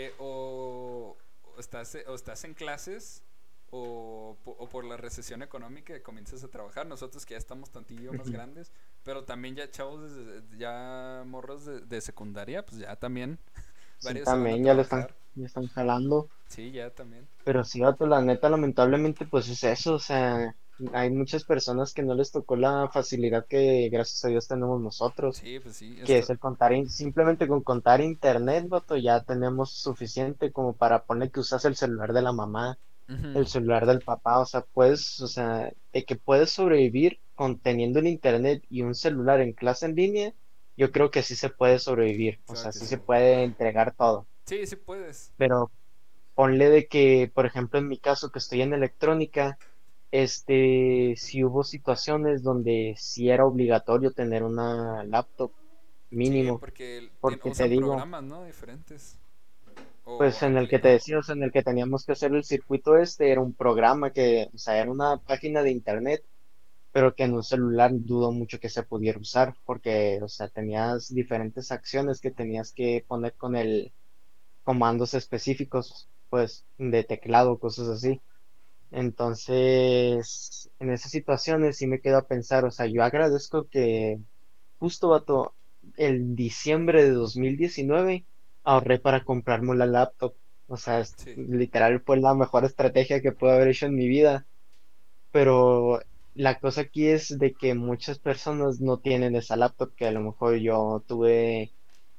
O estás en clases o por la recesión económica que comienzas a trabajar. Nosotros que ya estamos tantillo más Ujú. grandes, pero también ya chavos, ya morros de secundaria, pues ya también Sí, varios se van a también trabajar. ya están jalando. Sí, ya también. Pero sí, vato, la neta, lamentablemente, pues es eso, o sea, hay muchas personas que no les tocó la facilidad que gracias a Dios tenemos nosotros, Sí, pues sí, que es esto. el contar, simplemente con contar internet, vato, ya tenemos suficiente como para poner que usas el celular de la mamá, Ujú, el celular del papá, o sea, puedes, o sea, de que puedes sobrevivir con teniendo el internet y un celular en clase en línea, yo creo que sí se puede sobrevivir, o claro sea, que sí sí. se puede entregar todo, Sí, sí puedes. pero ponle de que, por ejemplo, en mi caso que estoy en electrónica, sí hubo situaciones donde sí era obligatorio tener una laptop Sí, mínimo, porque porque te usan digo, programas, ¿no? Diferentes. O pues en el que te aplica. decía, o sea, en el que teníamos que hacer el circuito era un programa que, o sea, era una página de internet, pero que en un celular dudo mucho que se pudiera usar, porque, o sea, tenías diferentes acciones que tenías que poner con el comandos específicos, pues, de teclado, cosas así. Entonces, en esas situaciones sí me quedo a pensar, o sea, yo agradezco que justo, vato, el diciembre de 2019 ahorré para comprarme la laptop. O sea, Sí. literal fue la mejor estrategia que puedo haber hecho en mi vida. Pero la cosa aquí es de que muchas personas no tienen esa laptop que a lo mejor yo tuve,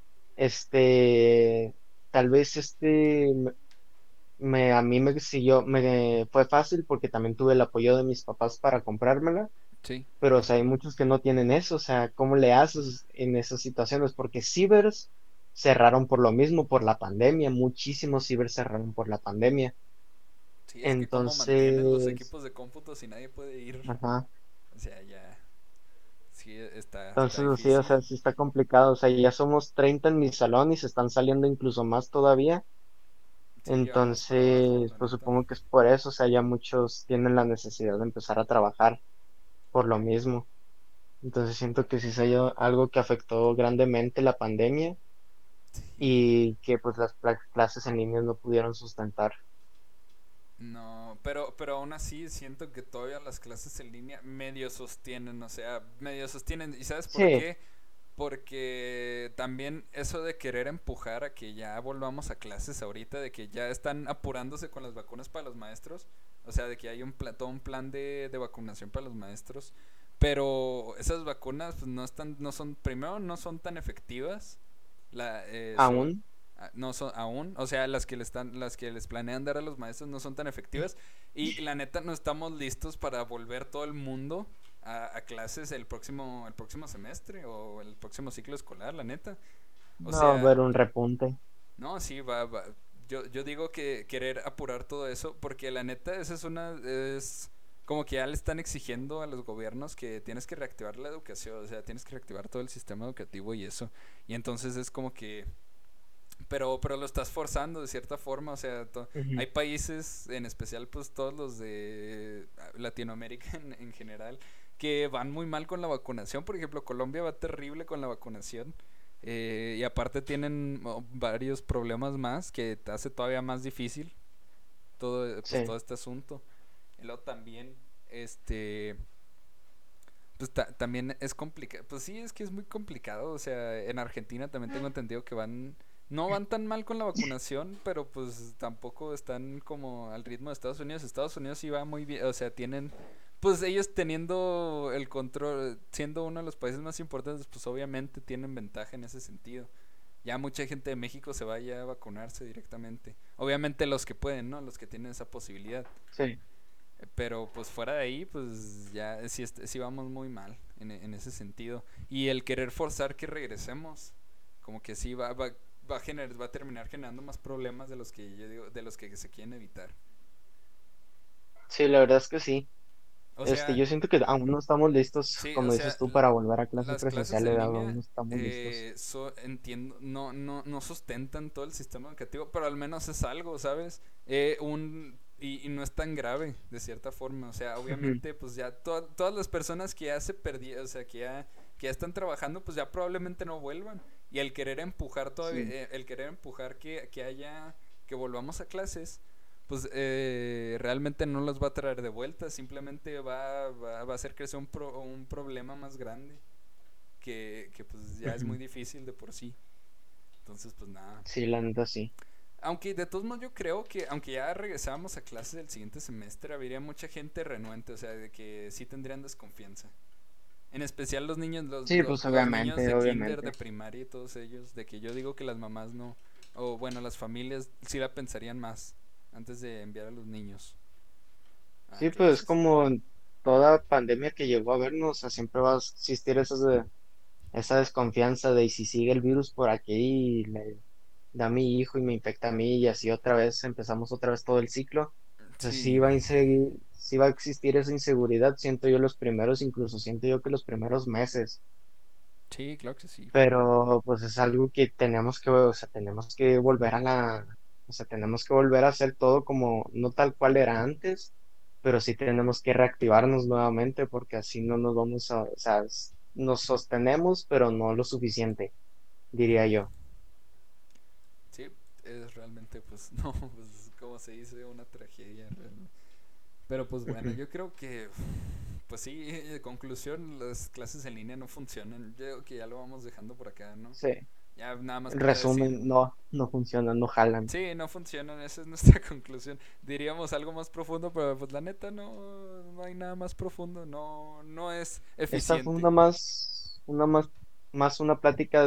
este, tal vez a mí me fue fácil porque también tuve el apoyo de mis papás para comprármela, Sí. pero o sea, hay muchos que no tienen eso, o sea, ¿cómo le haces en esas situaciones? Porque cibers cerraron por lo mismo, por la pandemia, muchísimos cibers cerraron por la pandemia. Sí, es que cómo mantienes los Entonces, equipos de cómputo si nadie puede ir. ajá, O sea, ya. Sí, está entonces sí, o difícil. sea, sí está complicado, o sea, ya somos 30 en mi salón y se están saliendo incluso más todavía. Sí, ya vamos para abajo, Entonces, la pues neta. supongo que es por eso, o sea, ya muchos tienen la necesidad de empezar a trabajar por lo mismo. Entonces siento que sí se algo que afectó grandemente la pandemia Sí. y que pues las clases en línea no pudieron sustentar. No, pero aún así siento que todavía las clases en línea medio sostienen, o sea, medio sostienen. ¿Y sabes por Sí, qué? Porque también eso de querer empujar a que ya volvamos a clases ahorita, de que ya están apurándose con las vacunas para los maestros, o sea, de que hay todo un plan de vacunación para los maestros, pero esas vacunas pues no son, primero no son tan efectivas, la, aún, no son aún, o sea, las que les planean dar a los maestros no son tan efectivas y la neta no estamos listos para volver todo el mundo a clases el próximo semestre o el próximo ciclo escolar, la neta. O no va a sea, haber un repunte. no, sí, va. Yo digo que querer apurar todo eso, porque la neta, es como que ya le están exigiendo a los gobiernos que tienes que reactivar la educación, o sea, tienes que reactivar todo el sistema educativo y eso. Y entonces es como que pero lo estás forzando de cierta forma, o sea, Ujú. hay países, en especial pues todos los de Latinoamérica en general, que van muy mal con la vacunación. Por ejemplo, Colombia va terrible con la vacunación. Y aparte tienen varios problemas más que te hace todavía más difícil Sí, todo este asunto. Y luego también, este, pues también es complicado. Pues sí, es que es muy complicado. O sea, en Argentina también tengo entendido que no van tan mal con la vacunación, pero pues tampoco están como al ritmo de Estados Unidos. Estados Unidos sí va muy bien, o sea, pues ellos teniendo el control, siendo uno de los países más importantes, pues obviamente tienen ventaja en ese sentido. Ya mucha gente de México se vaya a vacunarse directamente. Obviamente los que pueden, ¿no? Los que tienen esa posibilidad. sí. Pero pues fuera de ahí, pues ya sí vamos muy mal en ese sentido. Y el querer forzar que regresemos, como que sí va a terminar generando más problemas de los que yo digo, de los que se quieren evitar. Sí, la verdad es que sí. O sea, Yo siento que aún no estamos listos, sí, o como sea, dices tú, para volver a clases las clases en presenciales, aún línea, no estamos listos. entiendo, no sustentan todo el sistema educativo, pero al menos es algo, ¿sabes? Y no es tan grave, de cierta forma. O sea, Ujú. obviamente, pues ya todas las personas que ya se perdieron, o sea, que ya están trabajando, pues ya probablemente no vuelvan. Y el querer empujar todavía, Sí, el querer empujar que volvamos a clases, pues realmente no los va a traer de vuelta, simplemente va a hacer crecer un problema más grande que pues ya es muy ujú. difícil de por sí. Entonces, pues nada. Sí, la neta sí. Aunque de todos modos yo creo que aunque ya regresáramos a clases del siguiente semestre, habría mucha gente renuente, o sea, de que sí tendrían desconfianza. En especial los niños, Sí, pues los niños obviamente, de kinder, de obviamente. primaria y todos ellos, de que yo digo que las mamás no, o bueno, las familias sí la pensarían más antes de enviar a los niños a Sí, pues clases. como en toda pandemia que llegó a vernos, o sea, siempre va a existir esa desconfianza de y si sigue el virus por aquí y le da a mi hijo y me infecta a mí y así otra vez empezamos otra vez todo el ciclo. O sea, Sí, sí va a existir esa inseguridad, siento yo los primeros, incluso siento yo que los primeros meses, sí, claro que sí. pero pues es algo que tenemos que, o sea, tenemos que volver o sea, tenemos que volver a hacer todo como, no tal cual era antes, pero sí tenemos que reactivarnos nuevamente porque así no nos vamos o sea, nos sostenemos, pero no lo suficiente, diría yo. Sí, es realmente, pues, no, pues, como se dice, una tragedia realmente. Pero pues bueno, Ujú. yo creo que, pues sí, de conclusión, las clases en línea no funcionan. Yo creo que ya lo vamos dejando por acá, ¿no? Sí, Ya nada más en queda decir, resumen, no funcionan, no jalan. sí, no funcionan, esa es nuestra conclusión. Diríamos algo más profundo, pero pues la neta no hay nada más profundo, no es Esta fue eficiente. más una plática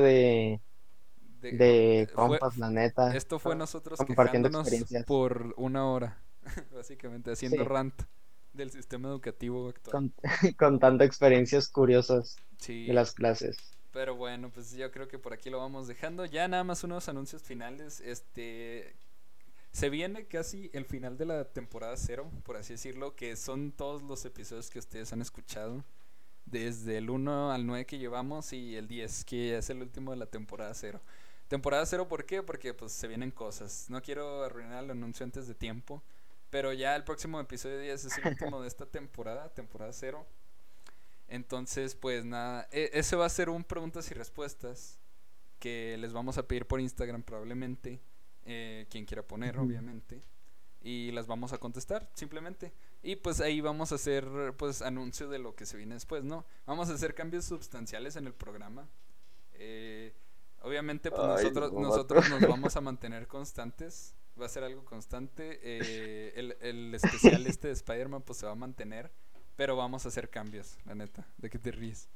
de Fue, compas, la neta, esto fue nosotros compartiendo quejándonos experiencias. por una hora, básicamente haciendo Sí, rant del sistema educativo actual. con, contando experiencias curiosas de Sí, las clases. pero bueno, pues yo creo que por aquí lo vamos dejando. Ya nada más unos anuncios finales. Se viene casi el final de la temporada cero, por así decirlo, que son todos los episodios que ustedes han escuchado. Desde el 1 al 9 que llevamos y el 10 que es el último de la temporada cero. Temporada cero, ¿por qué? Porque pues se vienen cosas. No quiero arruinar el anuncio antes de tiempo, pero ya el próximo episodio 10 es el último de esta temporada, temporada cero. Entonces, pues nada, ese va a ser un preguntas y respuestas que les vamos a pedir por Instagram probablemente, quien quiera poner, Ujú. obviamente, y las vamos a contestar simplemente. Y pues ahí vamos a hacer pues anuncio de lo que se viene después, ¿no? Vamos a hacer cambios sustanciales en el programa. Eh, Obviamente pues Ay, no, vato. nosotros nos vamos a mantener constantes. Va a ser algo constante. El especial este de Spider-Man pues se va a mantener. Pero vamos a hacer cambios, la neta. ¿De qué te ríes?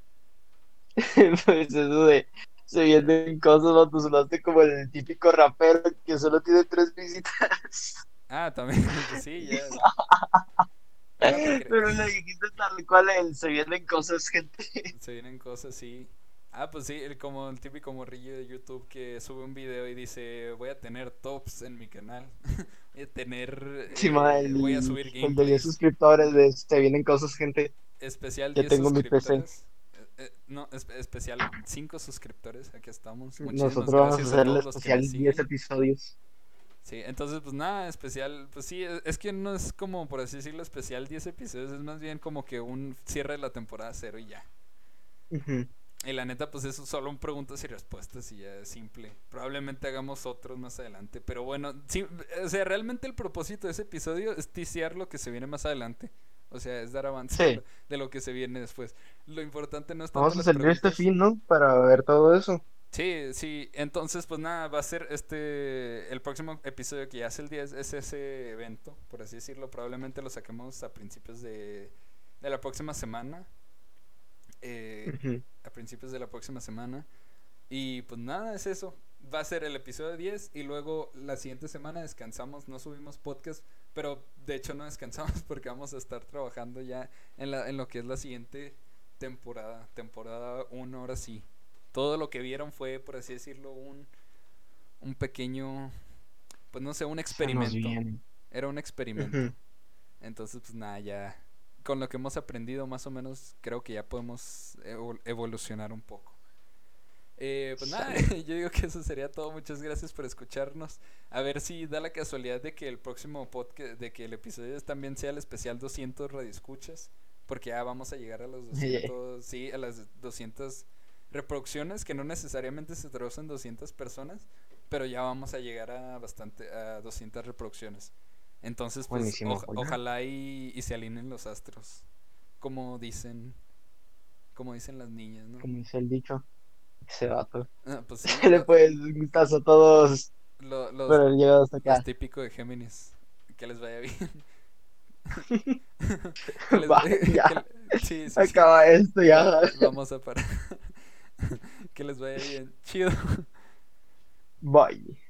Pues eso de se vienen cosas, vato, sonaste como el típico rapero que solo tiene tres visitas. Ah, también, pues sí, ya. No te crees. Pero le dijiste tal cual se vienen cosas, gente. Se vienen cosas, sí. Ah, pues sí, como el típico morrillo de YouTube que sube un video y dice, voy a tener tops en mi canal. Encima Voy a subir el de 10 gameplays. suscriptores de se vienen cosas, gente. Especial Ya 10 tengo mi PC. suscriptores. No, especial 5 suscriptores. Aquí estamos. Muchísimas Nosotros vamos a gracias a hacer el todos los que especial me 10 siguen. episodios. Sí, entonces pues nada, especial, pues sí, es que no es como por así decirlo especial 10 episodios, es más bien como que un cierre de la temporada cero y ya. Ujú. Y la neta, pues eso solo un preguntas y respuestas y ya es simple. Probablemente hagamos otros más adelante. Pero bueno, sí, o sea, realmente el propósito de ese episodio es ticiar lo que se viene más adelante. O sea, es dar avance Sí, de lo que se viene después. Lo importante no es tanto vamos a las salir este preguntas. fin, ¿no? Para ver todo eso. Sí, sí. Entonces, pues nada, va a ser el próximo episodio que ya es el 10 es ese evento, por así decirlo. Probablemente lo saquemos a principios de la próxima semana. Eh, Ujú. a principios de la próxima semana. Y pues nada, es eso. Va a ser el episodio 10 y luego la siguiente semana descansamos, no subimos podcast, pero de hecho no descansamos porque vamos a estar trabajando ya en lo que es la siguiente temporada, temporada 1 ahora sí. Todo lo que vieron fue, por así decirlo, un pequeño, pues no sé, un Se nos experimento. viene. Era un experimento. Ujú. Entonces, pues nada, ya con lo que hemos aprendido más o menos creo que ya podemos evolucionar un poco. Pues nada, Sale. yo digo que eso sería todo. Muchas gracias por escucharnos. A ver si da la casualidad de que el próximo podcast, de que el episodio también sea el especial 200 radioescuchas, porque ya vamos a llegar a los 200, sí, a las 200 reproducciones, que no necesariamente se traducen 200 personas, pero ya vamos a llegar a bastante, a 200 reproducciones. Entonces, pues Buenísimo, Juan. ojalá y se alineen los astros, como dicen, como dicen las niñas, ¿no? Como dice el dicho, ese vato. Pues sí, Le puedes un gustazo a todos lo- por los, haber llegado hasta los acá. típicos de Géminis. Que les vaya bien. que les Va, que ya, sí, sí, sí. acaba esto Ya ya. vamos a parar. Que les vaya bien. Chido. Bye.